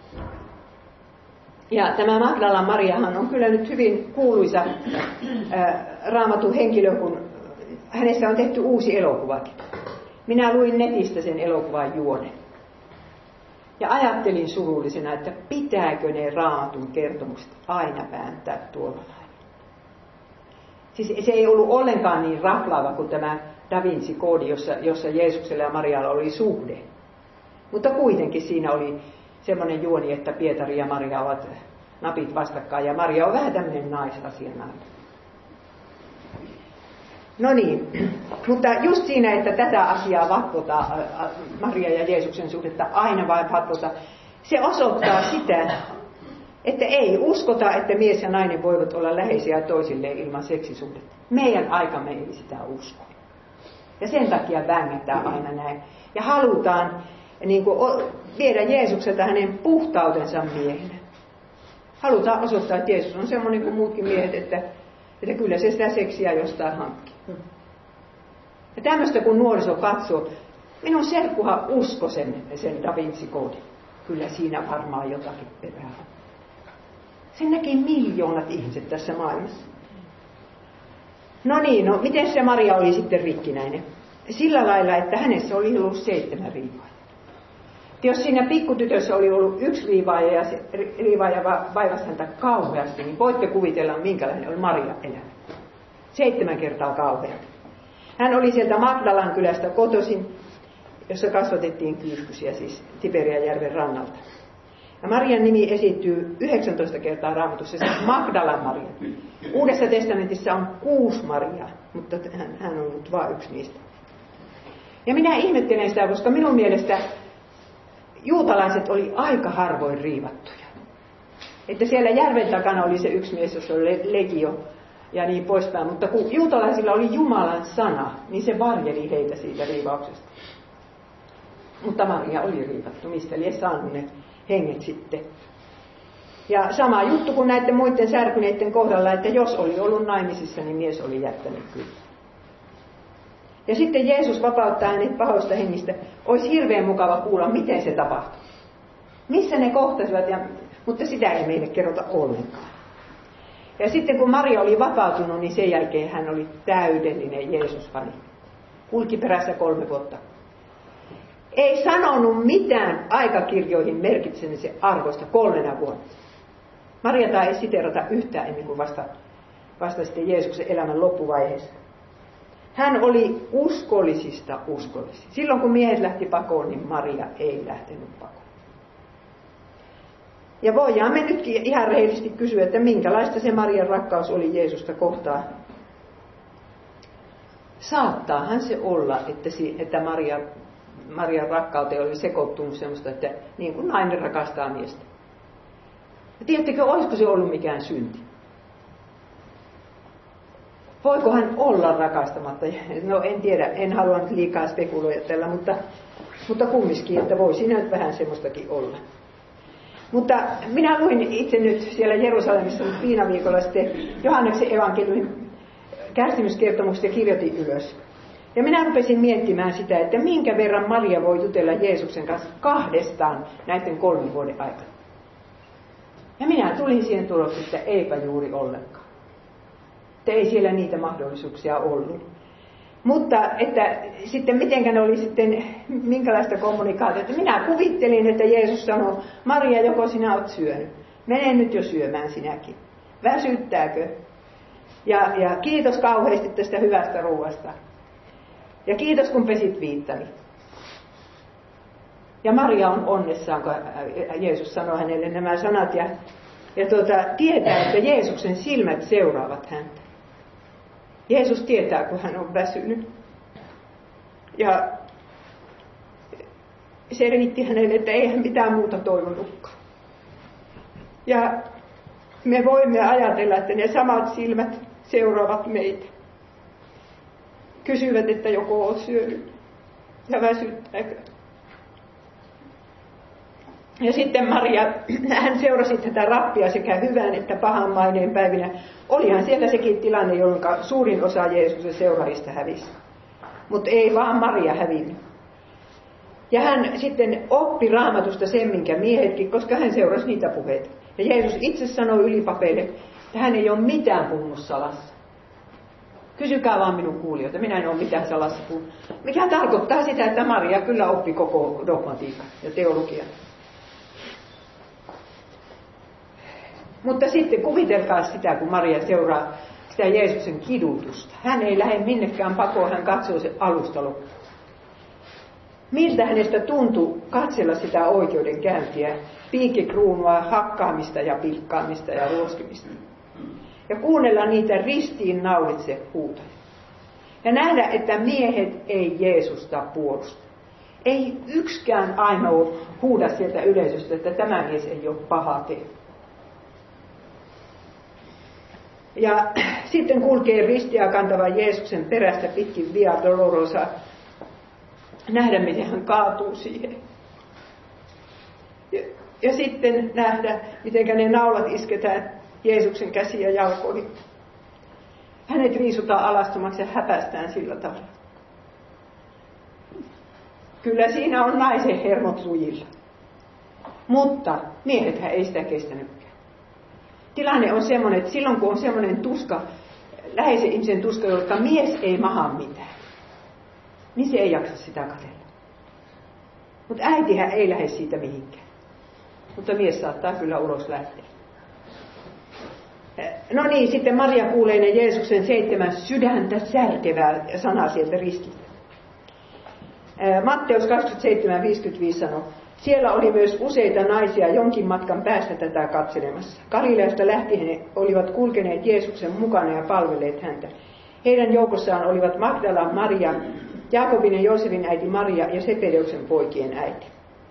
S1: Ja tämä Magdalan Mariahan on kyllä nyt hyvin kuuluisa ää, raamatun henkilö, kun hänessä on tehty uusi elokuvakin. Minä luin netistä sen elokuvan juonen. Ja ajattelin surullisena, että pitääkö ne raamatun kertomukset aina vääntää tuolla lailla. Siis se ei ollut ollenkaan niin raflaava kuin tämä Da Vinci-koodi, jossa, jossa Jeesuksella ja Marialla oli suhde. Mutta kuitenkin siinä oli semmoinen juoni, että Pietari ja Maria ovat napit vastakkain. Ja Maria on vähän tämmöinen naisasianainen. No niin, mutta just siinä, että tätä asiaa vatvota, Maria ja Jeesuksen suhdetta aina vain vatvota, se osoittaa sitä, Että ei uskota, että mies ja nainen voivat olla läheisiä toisilleen ilman seksisuhdetta. Meidän aikamme ei sitä usko. Ja sen takia vängätään aina näin. Ja halutaan niin kuin, viedä Jeesukselta hänen puhtautensa miehenä. Halutaan osoittaa, että Jeesus on semmoinen kuin muutkin miehet, että, että kyllä se sitä seksiä jostain hankkii. Ja tämmöistä kun nuoriso katsoo, minun serkkuhan usko sen, sen Da Vinci-koodin. Kyllä siinä varmaan jotakin perää on. Sen näkee miljoonat ihmiset tässä maailmassa. No niin, no miten se Maria oli sitten rikkinäinen? Sillä lailla, että hänessä oli ollut seitsemän riivaa. Jos siinä pikkutytössä oli ollut yksi riivaaja ja se riivaaja vaivasi häntä kauheasti, niin voitte kuvitella, minkälainen oli Maria elämä. Seitsemän kertaa kauheampi. Hän oli sieltä Magdalan kylästä kotoisin, jossa kasvatettiin kyyhkysiä, siis Tiberiajärven rannalta. Ja Marian nimi esiintyy yhdeksäntoista kertaa Raamatussa, siis Magdalan Maria. Uudessa testamentissa on kuusi Mariaa, mutta hän, hän on ollut vain yksi niistä. Ja minä ihmettelen sitä, koska minun mielestä juutalaiset oli aika harvoin riivattuja. Että siellä järven takana oli se yksi mies, jossa oli legio ja niin poispäin. Mutta kun juutalaisilla oli Jumalan sana, niin se varjeli heitä siitä riivauksesta. Mutta Maria oli riivattu, mistä lie saanut ne henget sitten. Ja sama juttu kuin näiden muiden särkyneiden kohdalla, että jos oli ollut naimisissa, niin mies oli jättänyt kyllä. Ja sitten Jeesus vapauttaa hänet pahoista hengistä. Olisi hirveän mukava kuulla, miten se tapahtui. Missä ne kohtasivat, ja, mutta sitä ei meille kerrota ollenkaan. Ja sitten kun Maria oli vapautunut, niin sen jälkeen hän oli täydellinen Jeesus-fani. Kulki perässä kolme vuotta. Ei sanonut mitään aikakirjoihin merkitsemisen arvoista kolmena vuonna. Mariata ei siterata yhtään ennen kuin vasta, vasta sitten Jeesuksen elämän loppuvaiheessa. Hän oli uskollisista uskollisia. Silloin kun miehet lähti pakoon, niin Maria ei lähtenyt pakoon. Ja voidaan me nytkin ihan rehellisesti kysyä, että minkälaista se Marian rakkaus oli Jeesusta kohtaan. Saattaahan se olla, että, si, että Maria, Marian rakkauteen oli sekoittunut semmoista, että niin kuin nainen rakastaa miestä. Ja tiedättekö, olisiko se ollut mikään synti? Voiko hän olla rakastamatta? No en tiedä, en halua nyt liikaa spekuloida tällä, mutta, mutta kumminkin, että voi siinä nyt vähän semmoistakin olla. Mutta minä luin itse nyt siellä Jerusalemissa nyt viinaviikolla sitten Johanneksen evankeliumin kärsimyskertomukset ja kirjoitin ylös. Ja minä rupesin miettimään sitä, että minkä verran Maria voi jutella Jeesuksen kanssa kahdestaan näiden kolmen vuoden aikana. Ja minä tulin siihen tulokseen, että eipä juuri ollenkaan. Että ei siellä niitä mahdollisuuksia ollut. Mutta että sitten mitenkä ne oli sitten, minkälaista kommunikaatiota. Minä kuvittelin, että Jeesus sanoi, Maria, joko sinä olet syönyt. Mene nyt jo syömään sinäkin. Väsyttääkö? Ja, ja kiitos kauheasti tästä hyvästä ruuasta. Ja kiitos kun pesit viittani. Ja Maria on onnessaan, kun Jeesus sanoi hänelle nämä sanat. Ja, ja tuota, tietää, että Jeesuksen silmät seuraavat häntä. Jeesus tietää, kun hän on väsynyt. Ja se riitti hänelle, että ei hän mitään muuta toivonutkaan. Ja me voimme ajatella, että ne samat silmät seuraavat meitä. Kysyvät, että joko olet syönyt ja väsyttääkö. Ja sitten Maria, hän seurasi tätä rappia sekä hyvän että pahan maineen päivinä. Olihan siellä sekin tilanne, jolloin suurin osa Jeesuksen seuraajista hävisi. Mutta ei vaan Maria hävinnyt. Ja hän sitten oppi Raamatusta sen, minkä miehetkin, koska hän seurasi niitä puheita. Ja Jeesus itse sanoi ylipapeille, että hän ei ole mitään puhunut salassa. Kysykää vaan minun kuulijoita, minä en ole mitään salassa puhunut. Mikä tarkoittaa sitä, että Maria kyllä oppi koko dogmatiikan ja teologian. Mutta sitten kuvitelkaa sitä, kun Maria seuraa sitä Jeesuksen kidutusta. Hän ei lähde minnekään pakoon, hän katsoo sen alusta loppuun. Miltä hänestä tuntui katsella sitä oikeudenkäyntiä, piikkikruunua, hakkaamista ja pilkkaamista ja ruoskimista. Ja kuunnella niitä ristiin naulitse huutoja. Ja nähdä, että miehet ei Jeesusta puolusta. Ei yksikään ainoa huuda sieltä yleisöstä, että tämä mies ei ole paha tehnyt. Ja sitten kulkee ristiä kantavan Jeesuksen perästä pitkin Via Dolorosa. Nähdä, miten hän kaatuu siihen. Ja, ja sitten nähdä, miten ne naulat isketään Jeesuksen käsiin ja jalkoihin. Hänet riisutaan alastomaksi ja häpäistään sillä tavalla. Kyllä siinä on naisen hermot lujilla. Mutta miehethän ei sitä kestänytkään. Tilanne on semmoinen, että silloin kun on semmoinen tuska, läheisen ihmisen tuska, jolta mies ei maha mitään, niin se ei jaksa sitä katsella. Mutta äitihän ei lähde siitä mihinkään. Mutta mies saattaa kyllä ulos lähteä. No niin, sitten Maria kuulee ne Jeesuksen seitsemän sydäntä särkevää sanaa sieltä rististä. Matteus kaksikymmentäseitsemän viisikymmentäviisi sanoo, siellä oli myös useita naisia jonkin matkan päästä tätä katselemassa. Galileasta lähtien he olivat kulkeneet Jeesuksen mukana ja palvelleet häntä. Heidän joukossaan olivat Magdalan Maria, Jaakobin ja Joosefin äiti Maria ja Sepedeuksen poikien äiti.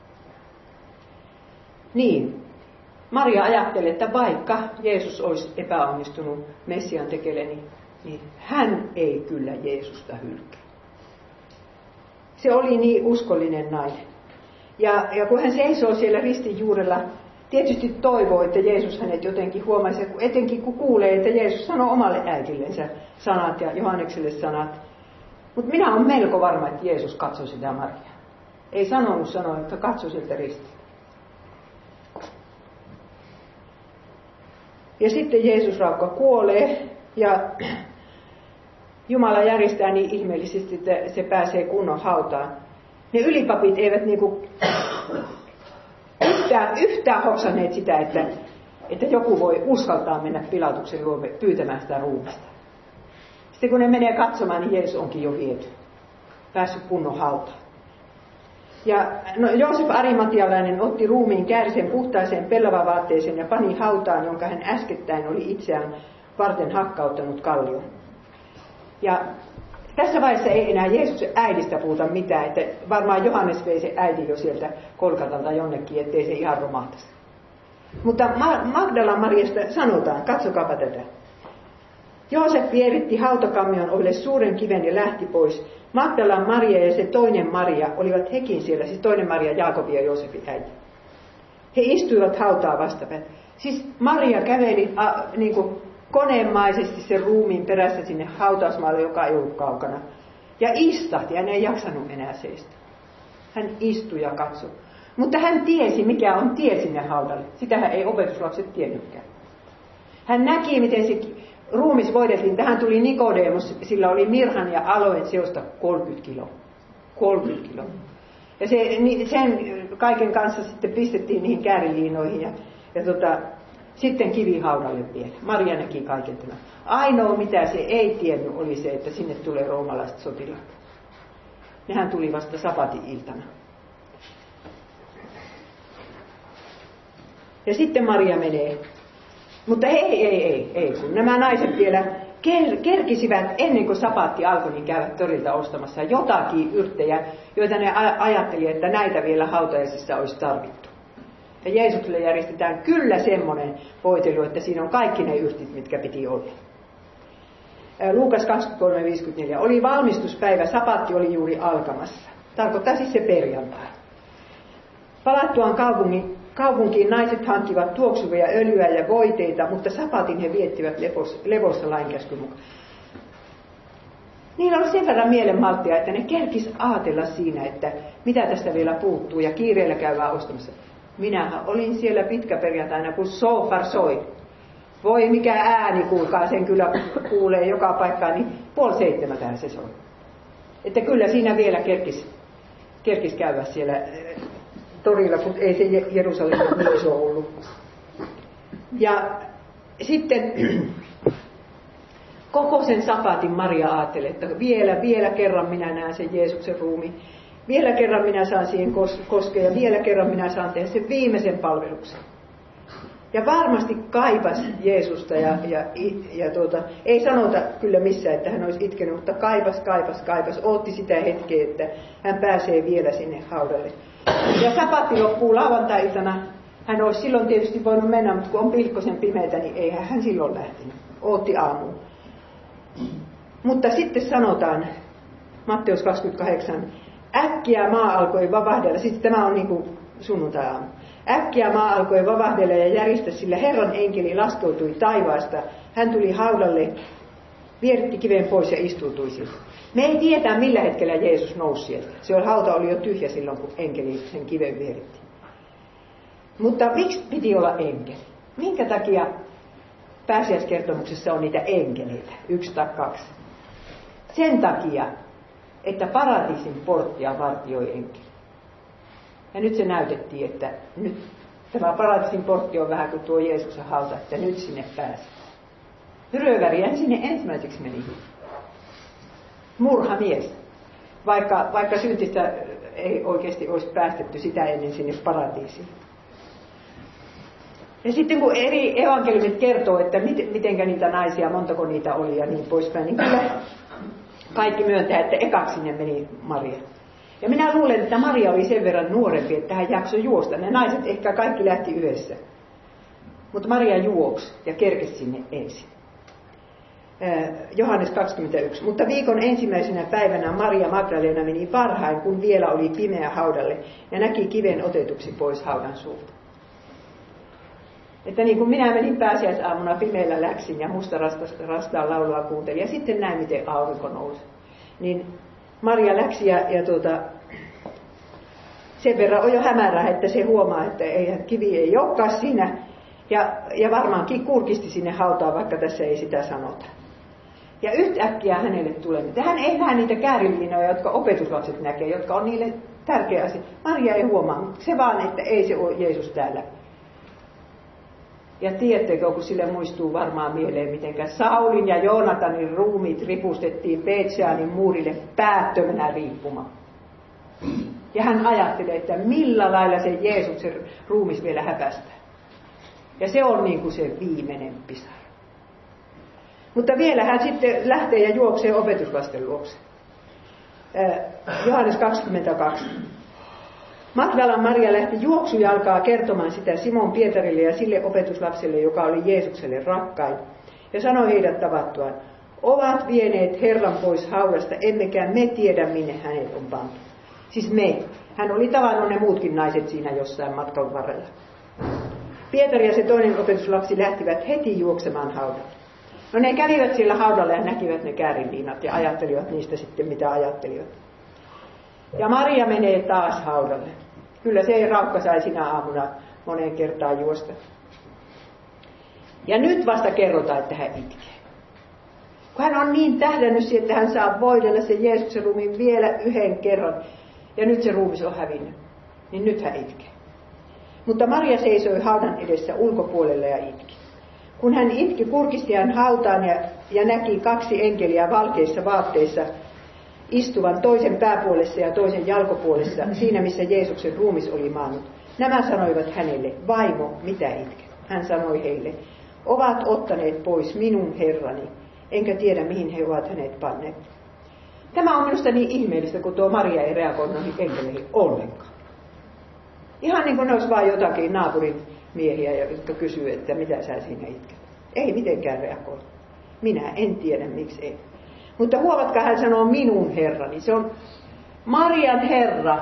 S1: Niin, Maria ajatteli, että vaikka Jeesus olisi epäonnistunut Messian tekele, niin, niin hän ei kyllä Jeesusta hylkää. Se oli niin uskollinen nainen. Ja, ja kun hän seisoo siellä ristin juurella, tietysti toivoo, että Jeesus hänet jotenkin huomaisi, etenkin kun kuulee, että Jeesus sanoo omalle äitillensä sanat ja Johannekselle sanat. Mutta minä olen melko varma, että Jeesus katsoi sitä Mariaa. Ei sanonut sanoa, että katsoi sieltä ristiltä. Ja sitten Jeesus raukka kuolee ja Jumala järjestää niin ihmeellisesti, että se pääsee kunnon hautaan. Ne ylipapit eivät niinku yhtään, yhtään hoksanneet sitä, että, että joku voi uskaltaa mennä Pilatuksen luo pyytämään sitä ruumista. Sitten kun ne menee katsomaan, niin Jeesus onkin jo viety. Päässyt kunnon hautaan. Ja no, Joosef Arimatialainen otti ruumiin käärisen puhtaaseen pellavavaatteeseen ja pani hautaan, jonka hän äskettäin oli itseään varten hakkauttanut kallion. Ja tässä vaiheessa ei enää Jeesuksen äidistä puhuta mitään, että varmaan Johannes vei se äiti jo sieltä Kolkatalta jonnekin, ettei se ihan romahtaisi. Mutta Magdalan Mariasta sanotaan, katsokaapa tätä. Joosef vieritti hautakammion ovelle suuren kiven ja lähti pois. Magdalan Maria ja se toinen Maria olivat hekin siellä, siis toinen Maria, Jaakobin ja Joosefin äiti. He istuivat hautaa vastapäin. Siis Maria käveli a, niin kuin koneenmaisesti sen ruumiin perässä sinne hautausmaalle, joka ei ollut kaukana. Ja istahti, hän ei jaksanut enää seistä. Hän istui ja katsoi. Mutta hän tiesi, mikä on tie sinne haudalle. Sitähän ei opetuslapset tiennytkään. Hän näki, miten se ruumis voideltiin. Tähän tuli Nikodemus, sillä oli mirhan ja aloen seosta kolmekymmentä kiloa. kolmekymmentä kiloa. Ja se, sen kaiken kanssa sitten pistettiin niihin kääriliinoihin ja, ja tota, sitten kivihaudalle vielä. Maria näki kaiken tämän. Ainoa mitä se ei tiennyt oli se, että sinne tulee roomalaiset sotilaat. Nehän tuli vasta sabatin-iltana. Ja sitten Maria menee. Mutta ei, ei, ei, ei. Kun nämä naiset vielä ker- kerkisivät ennen kuin sapatti alkoi, niin käyvät torilta ostamassa jotakin yrttejä, joita ne ajatteli, että näitä vielä hautajaisissa olisi tarvittu. Ja Jeesukselle järjestetään kyllä semmoinen voitelu, että siinä on kaikki ne yrtit, mitkä piti olla. Luukas kaksikymmentäkolme viisikymmentäneljä. Oli valmistuspäivä, sapatti oli juuri alkamassa. Tarkoittaa siis se perjantai. Palattuaan kaupungin, kaupunkiin naiset hankkivat tuoksuvia öljyä ja voiteita, mutta sapatin he viettivät lepos, levossa lainkäskyn mukaan. Niillä oli sen verran mielenmalttia, että ne kerkis ajatella siinä, että mitä tästä vielä puuttuu ja kiireellä käydään ostamassa. Minähän olin siellä pitkäperjantaina, kun sofar soi. Voi mikä ääni, kuulkaa, sen kyllä kuulee joka paikkaan, niin puoli seitsemältään se soi. Että kyllä siinä vielä kerkis, kerkis käydä siellä torilla, kun ei se Jerusalem niin iso ollut. Ja sitten koko sen sapatin Maria ajatteli, että vielä, vielä kerran minä näen sen Jeesuksen ruumiin. Vielä kerran minä saan siihen koskea ja vielä kerran minä saan tehdä sen viimeisen palveluksen. Ja varmasti kaipas Jeesusta ja, ja, ja tuota, ei sanota kyllä missään, että hän olisi itkenyt, mutta kaipas, kaipas, kaipas, ootti sitä hetkeä, että hän pääsee vielä sinne haudalle. Ja sapatti loppuu lauantai-iltana. Hän olisi silloin tietysti voinut mennä, mutta kun on pilkkosen pimeätä, niin eihän hän silloin lähtenyt. ootti aamuun. Mutta sitten sanotaan, Matteus kaksikymmentäkahdeksan, äkkiä maa alkoi vavahdella, sitten tämä on niin kuin sunnuntai-aamu. Äkkiä maa alkoi vavahdella ja järistä, sillä Herran enkeli laskeutui taivaasta. Hän tuli haudalle, vieritti kiven pois ja istuutui siihen. Me ei tiedä, millä hetkellä Jeesus nousi sieltä. Se hauta oli jo tyhjä silloin, kun enkeli sen kiven vieritti. Mutta miksi piti olla enkeli? Minkä takia pääsiäiskertomuksessa on niitä enkeleitä? Yksi tai kaksi. Sen takia, että paratiisin porttia vartioi enkeli. Ja nyt se näytettiin, että nyt tämä paratiisin portti on vähän kuin tuo Jeesuksen hauta, että nyt sinne pääsee. Ryöväriä sinne ensimmäiseksi meni. Murhamies. Vaikka, vaikka syntistä ei oikeasti olisi päästetty sitä ennen sinne paratiisiin. Ja sitten kun eri evankeliumit kertoo, että mit, mitenkä niitä naisia, montako niitä oli ja niin poispäin, niin kyllä kaikki myöntää, että ekaksi sinne meni Maria. Ja minä luulen, että Maria oli sen verran nuorempi, että hän jaksoi juosta. Ne naiset ehkä kaikki lähti yhdessä. Mutta Maria juoksi ja kerkesi sinne ensin. Johannes kaksikymmentäyksi. Mutta viikon ensimmäisenä päivänä Maria Magdalena meni varhain, kun vielä oli pimeä haudalle, ja näki kiven otetuksi pois haudan suulta. Että niin kuin minä menin pääsiäisaamuna pimeällä läksin ja musta rastaan laulua kuuntelin, ja sitten näin, miten aurinko nousi. Niin Maria läksi ja, ja tuota, sen verran on jo hämärää, että se huomaa, että ei, kivi ei olekaan siinä. Ja, ja varmaankin kurkisti sinne hautaan, vaikka tässä ei sitä sanota. Ja yhtäkkiä hänelle tulee, että hän ei näe niitä käärilinoja, jotka opetuslapset näkee, jotka on niille tärkeä asia. Maria ei huomaa, mutta se vaan, että ei se ole Jeesus täällä. Ja tiedättekö, kun sille muistuu varmaan mieleen, miten Saulin ja Joonatanin ruumiit ripustettiin Betseanin muurille päättömänä riippumaan. Ja hän ajattelee, että millä lailla se Jeesuksen ruumis vielä häpästää. Ja se on niin kuin se viimeinen pisara. Mutta vielä hän sitten lähtee ja juoksee opetuslasten luokse. Johannes kaksikymmentäkaksi. Magdalan Maria lähti juoksujalkaa kertomaan sitä Simon Pietarille ja sille opetuslapselle, joka oli Jeesukselle rakkain. Ja sanoi heidät tavattuaan, ovat vieneet Herran pois haudasta, emmekä me tiedä, minne hänet on pantu. Siis me. Hän oli tavannut ne muutkin naiset siinä jossain matkan varrella. Pietari ja se toinen opetuslapsi lähtivät heti juoksemaan haudalle. No ne kävivät siellä haudalla ja näkivät ne käärinliinat ja ajattelivat niistä sitten mitä ajattelivat. Ja Maria menee taas haudalle. Kyllä se ei raukka sai sinä aamuna moneen kertaan juosta. Ja nyt vasta kerrotaan, että hän itkee. Kun hän on niin tähdännyt siihen, että hän saa voidella sen Jeesuksen ruumiin vielä yhden kerran. Ja nyt se ruumis on hävinnyt. Niin nyt hän itkee. Mutta Maria seisoi haudan edessä ulkopuolella ja itki. Kun hän itki, kurkisti hän hautaan ja, ja näki kaksi enkeliä valkeissa vaatteissa istuvan toisen pääpuolessa ja toisen jalkopuolessa, siinä missä Jeesuksen ruumis oli maannut. Nämä sanoivat hänelle, vaimo, mitä itket? Hän sanoi heille, ovat ottaneet pois minun Herrani, enkä tiedä mihin he ovat hänet panneet. Tämä on minusta niin ihmeellistä, kun tuo Maria ei reagoinut noihin enkeleihin ollenkaan. Ihan niin kuin ne olisi vain jotakin naapurin miehiä, jotka kysyy, että mitä sä siinä itket. Ei mitenkään reagoi. Minä en tiedä, miksi ei. Mutta huomatkaa, hän sanoo minun Herrani. Se on Marian Herra,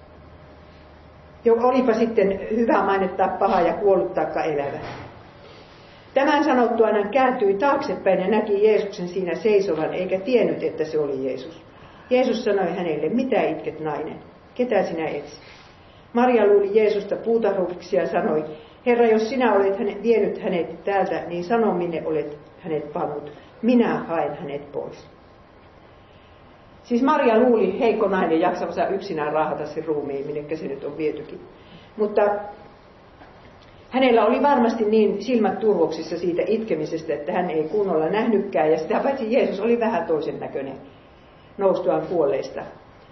S1: joka olipa sitten hyvä mainittaa paha ja kuollut taikka elävä. Tämän sanottuaan hän kääntyi taaksepäin ja näki Jeesuksen siinä seisovan, eikä tiennyt, että se oli Jeesus. Jeesus sanoi hänelle, mitä itket nainen? Ketä sinä etsit? Maria luuli Jeesusta puutarhuriksi ja sanoi, Herra, jos sinä olet hänet, vienyt hänet täältä, niin sano, minne olet hänet pannut. Minä haen hänet pois. Siis Maria luuli, heikko nainen, jaksavansa yksinään raahata sen ruumiin, minnekä se nyt on vietykin. Mutta hänellä oli varmasti niin silmät turvoksissa siitä itkemisestä, että hän ei kunnolla nähnytkään. Ja sitä paitsi Jeesus oli vähän toisen näköinen noustuaan kuolleista.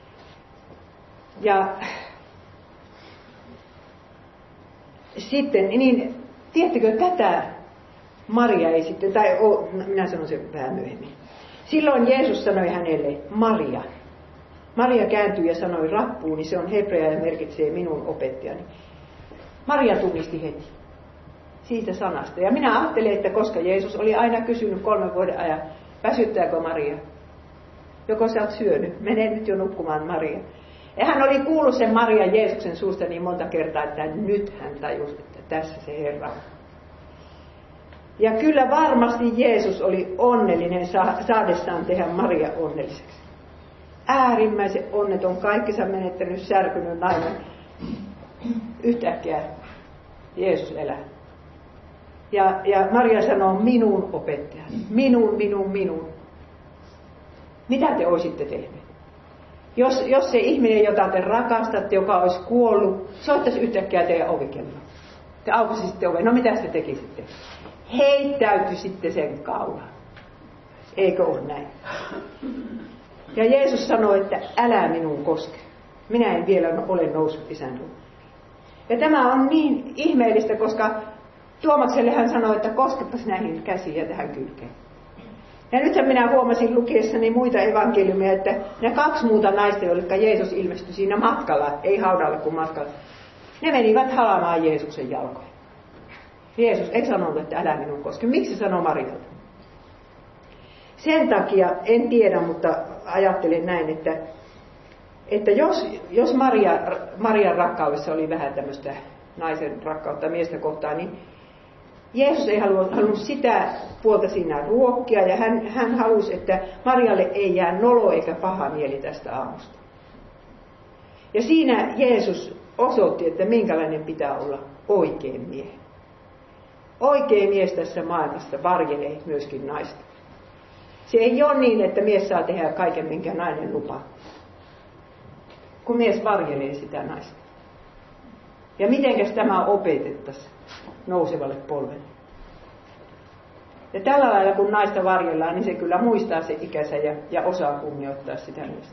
S1: Ja sitten, niin tiedättekö, tätä Maria ei sitten, tai oh, minä sanon sen vähän myöhemmin. Silloin Jeesus sanoi hänelle, Maria. Maria kääntyi ja sanoi, rappuuni, se on hebrea ja merkitsee minun opettajani. Maria tunnisti heti. siitä sanasta. Ja minä ajattelin, että koska Jeesus oli aina kysynyt kolmen vuoden ajan, väsyttääkö Maria? Joko sä oot syönyt? Mene nyt jo nukkumaan, Maria. Ja hän oli kuullut sen Marian Jeesuksen suusta niin monta kertaa, että nyt hän tajusi, että tässä se Herra on. Ja kyllä varmasti Jeesus oli onnellinen saadessaan tehdä Maria onnelliseksi. Äärimmäisen onneton, kaikkensa menettänyt, särkynyt nainen. Yhtäkkiä Jeesus elää. Ja, ja Maria sanoo, minun opettajani, minun, minun, minun. Mitä te olisitte tehneet? Jos, jos se ihminen, jota te rakastatte, joka olisi kuollut, soittaisi yhtäkkiä teidän ovikelloon. Te aukaisitte oven. No mitä te tekisitte? Heittäytyisitte sen kaulan. Eikö ole näin? Ja Jeesus sanoi, että älä minun koske. Minä en vielä ole noussut isän luo. Ja tämä on niin ihmeellistä, koska Tuomakselle hän sanoi, että koskepas näihin käsiin ja tähän kylkeen. Ja nythän minä huomasin lukiessani muita evankeliumia, että ne kaksi muuta naista, joille Jeesus ilmestyi siinä matkalla, ei haudalla kuin matkalla, ne menivät halamaan Jeesuksen jalkoja. Jeesus ei sanonut, että älä minun koske. Miksi se sanoi Marialta? Sen takia, en tiedä, mutta ajattelen näin, että, että jos, jos Maria, Marian rakkaudessa oli vähän tämmöistä naisen rakkautta miestä kohtaan, niin Jeesus ei halunnut, halunnut sitä puolta siinä ruokkia, ja hän, hän halusi, että Marialle ei jää nolo eikä paha mieli tästä aamusta. Ja siinä Jeesus osoitti, että minkälainen pitää olla oikein mies. Oikein mies tässä maailmassa varjelee myöskin naista. Se ei ole niin, että mies saa tehdä kaiken, minkä nainen lupaa. Kun mies varjelee sitä naista. Ja mitenkäs tämä opetettaisiin nousevalle polvelle. Ja tällä lailla, kun naista varjellaan, niin se kyllä muistaa se ikänsä ja, ja osaa kunnioittaa sitä miestä.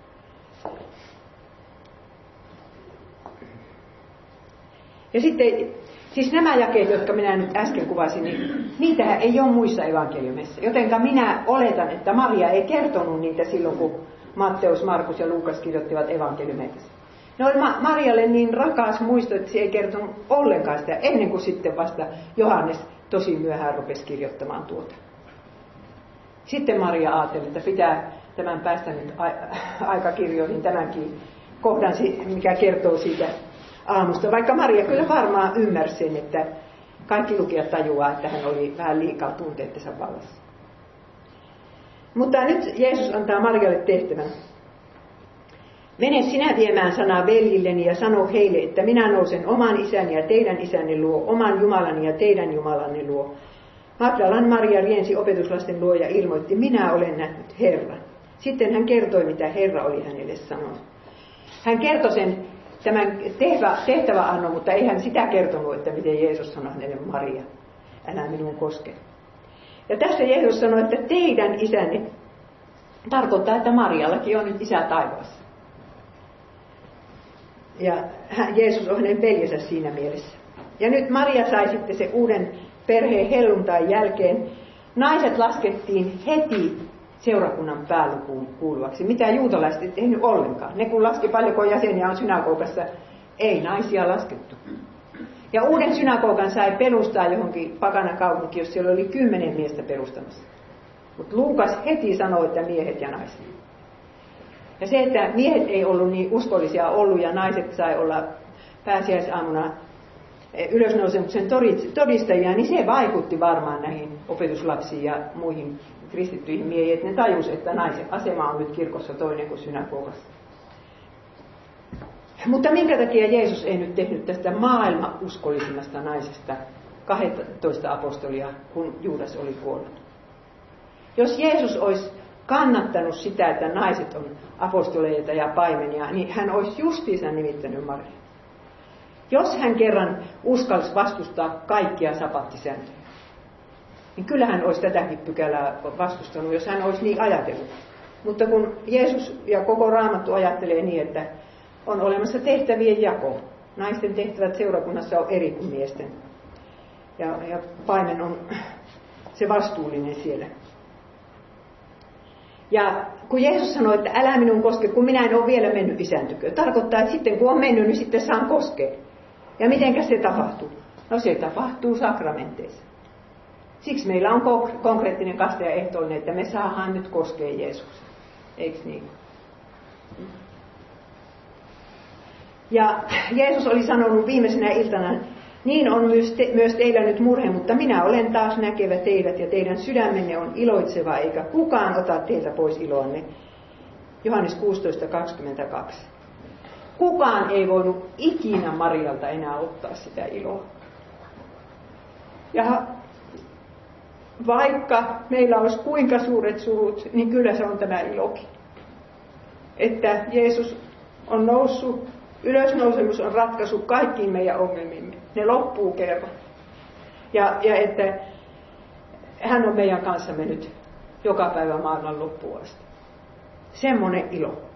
S1: Ja sitten, siis nämä jakeet, jotka minä nyt äsken kuvasin, niin niitähän ei ole muissa evankeliumeissa. Jotenka minä oletan, että Maria ei kertonut niitä silloin, kun Matteus, Markus ja Luukas kirjoittivat evankeliumeita. Ne oli Marialle niin rakas muisto, että se ei kertonut ollenkaan sitä, ennen kuin sitten vasta Johannes tosi myöhään rupesi kirjoittamaan tuota. Sitten Maria ajatteli, että pitää tämän päästä nyt aikakirjoihin tämänkin kohdan, mikä kertoo siitä aamusta. Vaikka Maria kyllä varmaan ymmärsi sen, että kaikki lukijat tajuaa, että hän oli vähän liikaa tunteettensa vallassa. Mutta nyt Jeesus antaa Marialle tehtävän. Mene sinä viemään sanaa veljilleni ja sano heille, että minä nousen oman isäni ja teidän isänne luo, oman Jumalani ja teidän Jumalanne luo. Magdalan Maria riensi opetuslasten luo ja ilmoitti, minä olen nähnyt Herran. Sitten hän kertoi, mitä Herra oli hänelle sanonut. Hän kertoi sen tämän tehtävä, tehtäväannon, mutta ei hän sitä kertonut, että miten Jeesus sanoi hänelle, Maria, älä minun koske. Ja tässä Jeesus sanoi, että teidän isänne tarkoittaa, että Mariallakin on nyt isä taivaassa. Ja Jeesus on hänen veljensä siinä mielessä. Ja nyt Maria sai sitten se uuden perheen helluntain jälkeen. Naiset laskettiin heti seurakunnan päälukuun kuuluvaksi. Mitä juutalaiset ei tehnyt ollenkaan. Ne kun laski paljonko jäseniä on synagogassa, ei naisia laskettu. Ja uuden synagogan sai perustaa johonkin pakana kaupunkiin, jos siellä oli kymmenen miestä perustamassa. Mutta Luukas heti sanoi, että miehet ja naiset. Ja se, että miehet ei ollut niin uskollisia ollut ja naiset sai olla pääsiäisaamuna ylösnousemuksen todistajia, niin se vaikutti varmaan näihin opetuslapsiin ja muihin kristittyihin miehiin, että ne tajus, että naisen asema on nyt kirkossa toinen kuin synagogassa. Mutta minkä takia Jeesus ei nyt tehnyt tästä maailman uskollisimmasta naisesta kaksitoista apostolia, kun Juudas oli kuollut? Jos Jeesus olisi kannattanut sitä, että naiset on apostoleita ja paimenia, niin hän olisi justiinsa nimittänyt Maria. Jos hän kerran uskalsi vastustaa kaikkia sapattisääntöjä, niin kyllähän olisi tätäkin pykälää vastustanut, jos hän olisi niin ajatellut. Mutta kun Jeesus ja koko Raamattu ajattelee niin, että on olemassa tehtävien jako. Naisten tehtävät seurakunnassa on eri kuin miesten. Ja, ja paimen on se vastuullinen siellä. Ja kun Jeesus sanoi, että älä minun koske, kun minä en ole vielä mennyt isän tykö. Tarkoittaa, että sitten kun on mennyt, niin sitten saan koskea. Ja mitenkä se tapahtuu? No se tapahtuu sakramenteissa. Siksi meillä on konkreettinen kaste ja ehtoollinen, että me saadaan nyt koskea Jeesusta. Eikö niin? Ja Jeesus oli sanonut viimeisenä iltana, niin on myös, te, myös teillä nyt murhe, mutta minä olen taas näkevä teidät ja teidän sydämenne on iloitseva, eikä kukaan ota teiltä pois iloanne. Johannes kuusitoista kaksikymmentäkaksi. Kukaan ei voinut ikinä Marialta enää ottaa sitä iloa. Ja vaikka meillä olisi kuinka suuret surut, niin kyllä se on tämä ilokin. Että Jeesus on noussut, ylösnousemus on ratkaisu kaikkiin meidän ongelmiimme. Ne loppuu kerran. Ja, ja että hän on meidän kanssamme nyt joka päivä maailman loppuun asti. Semmoinen ilo.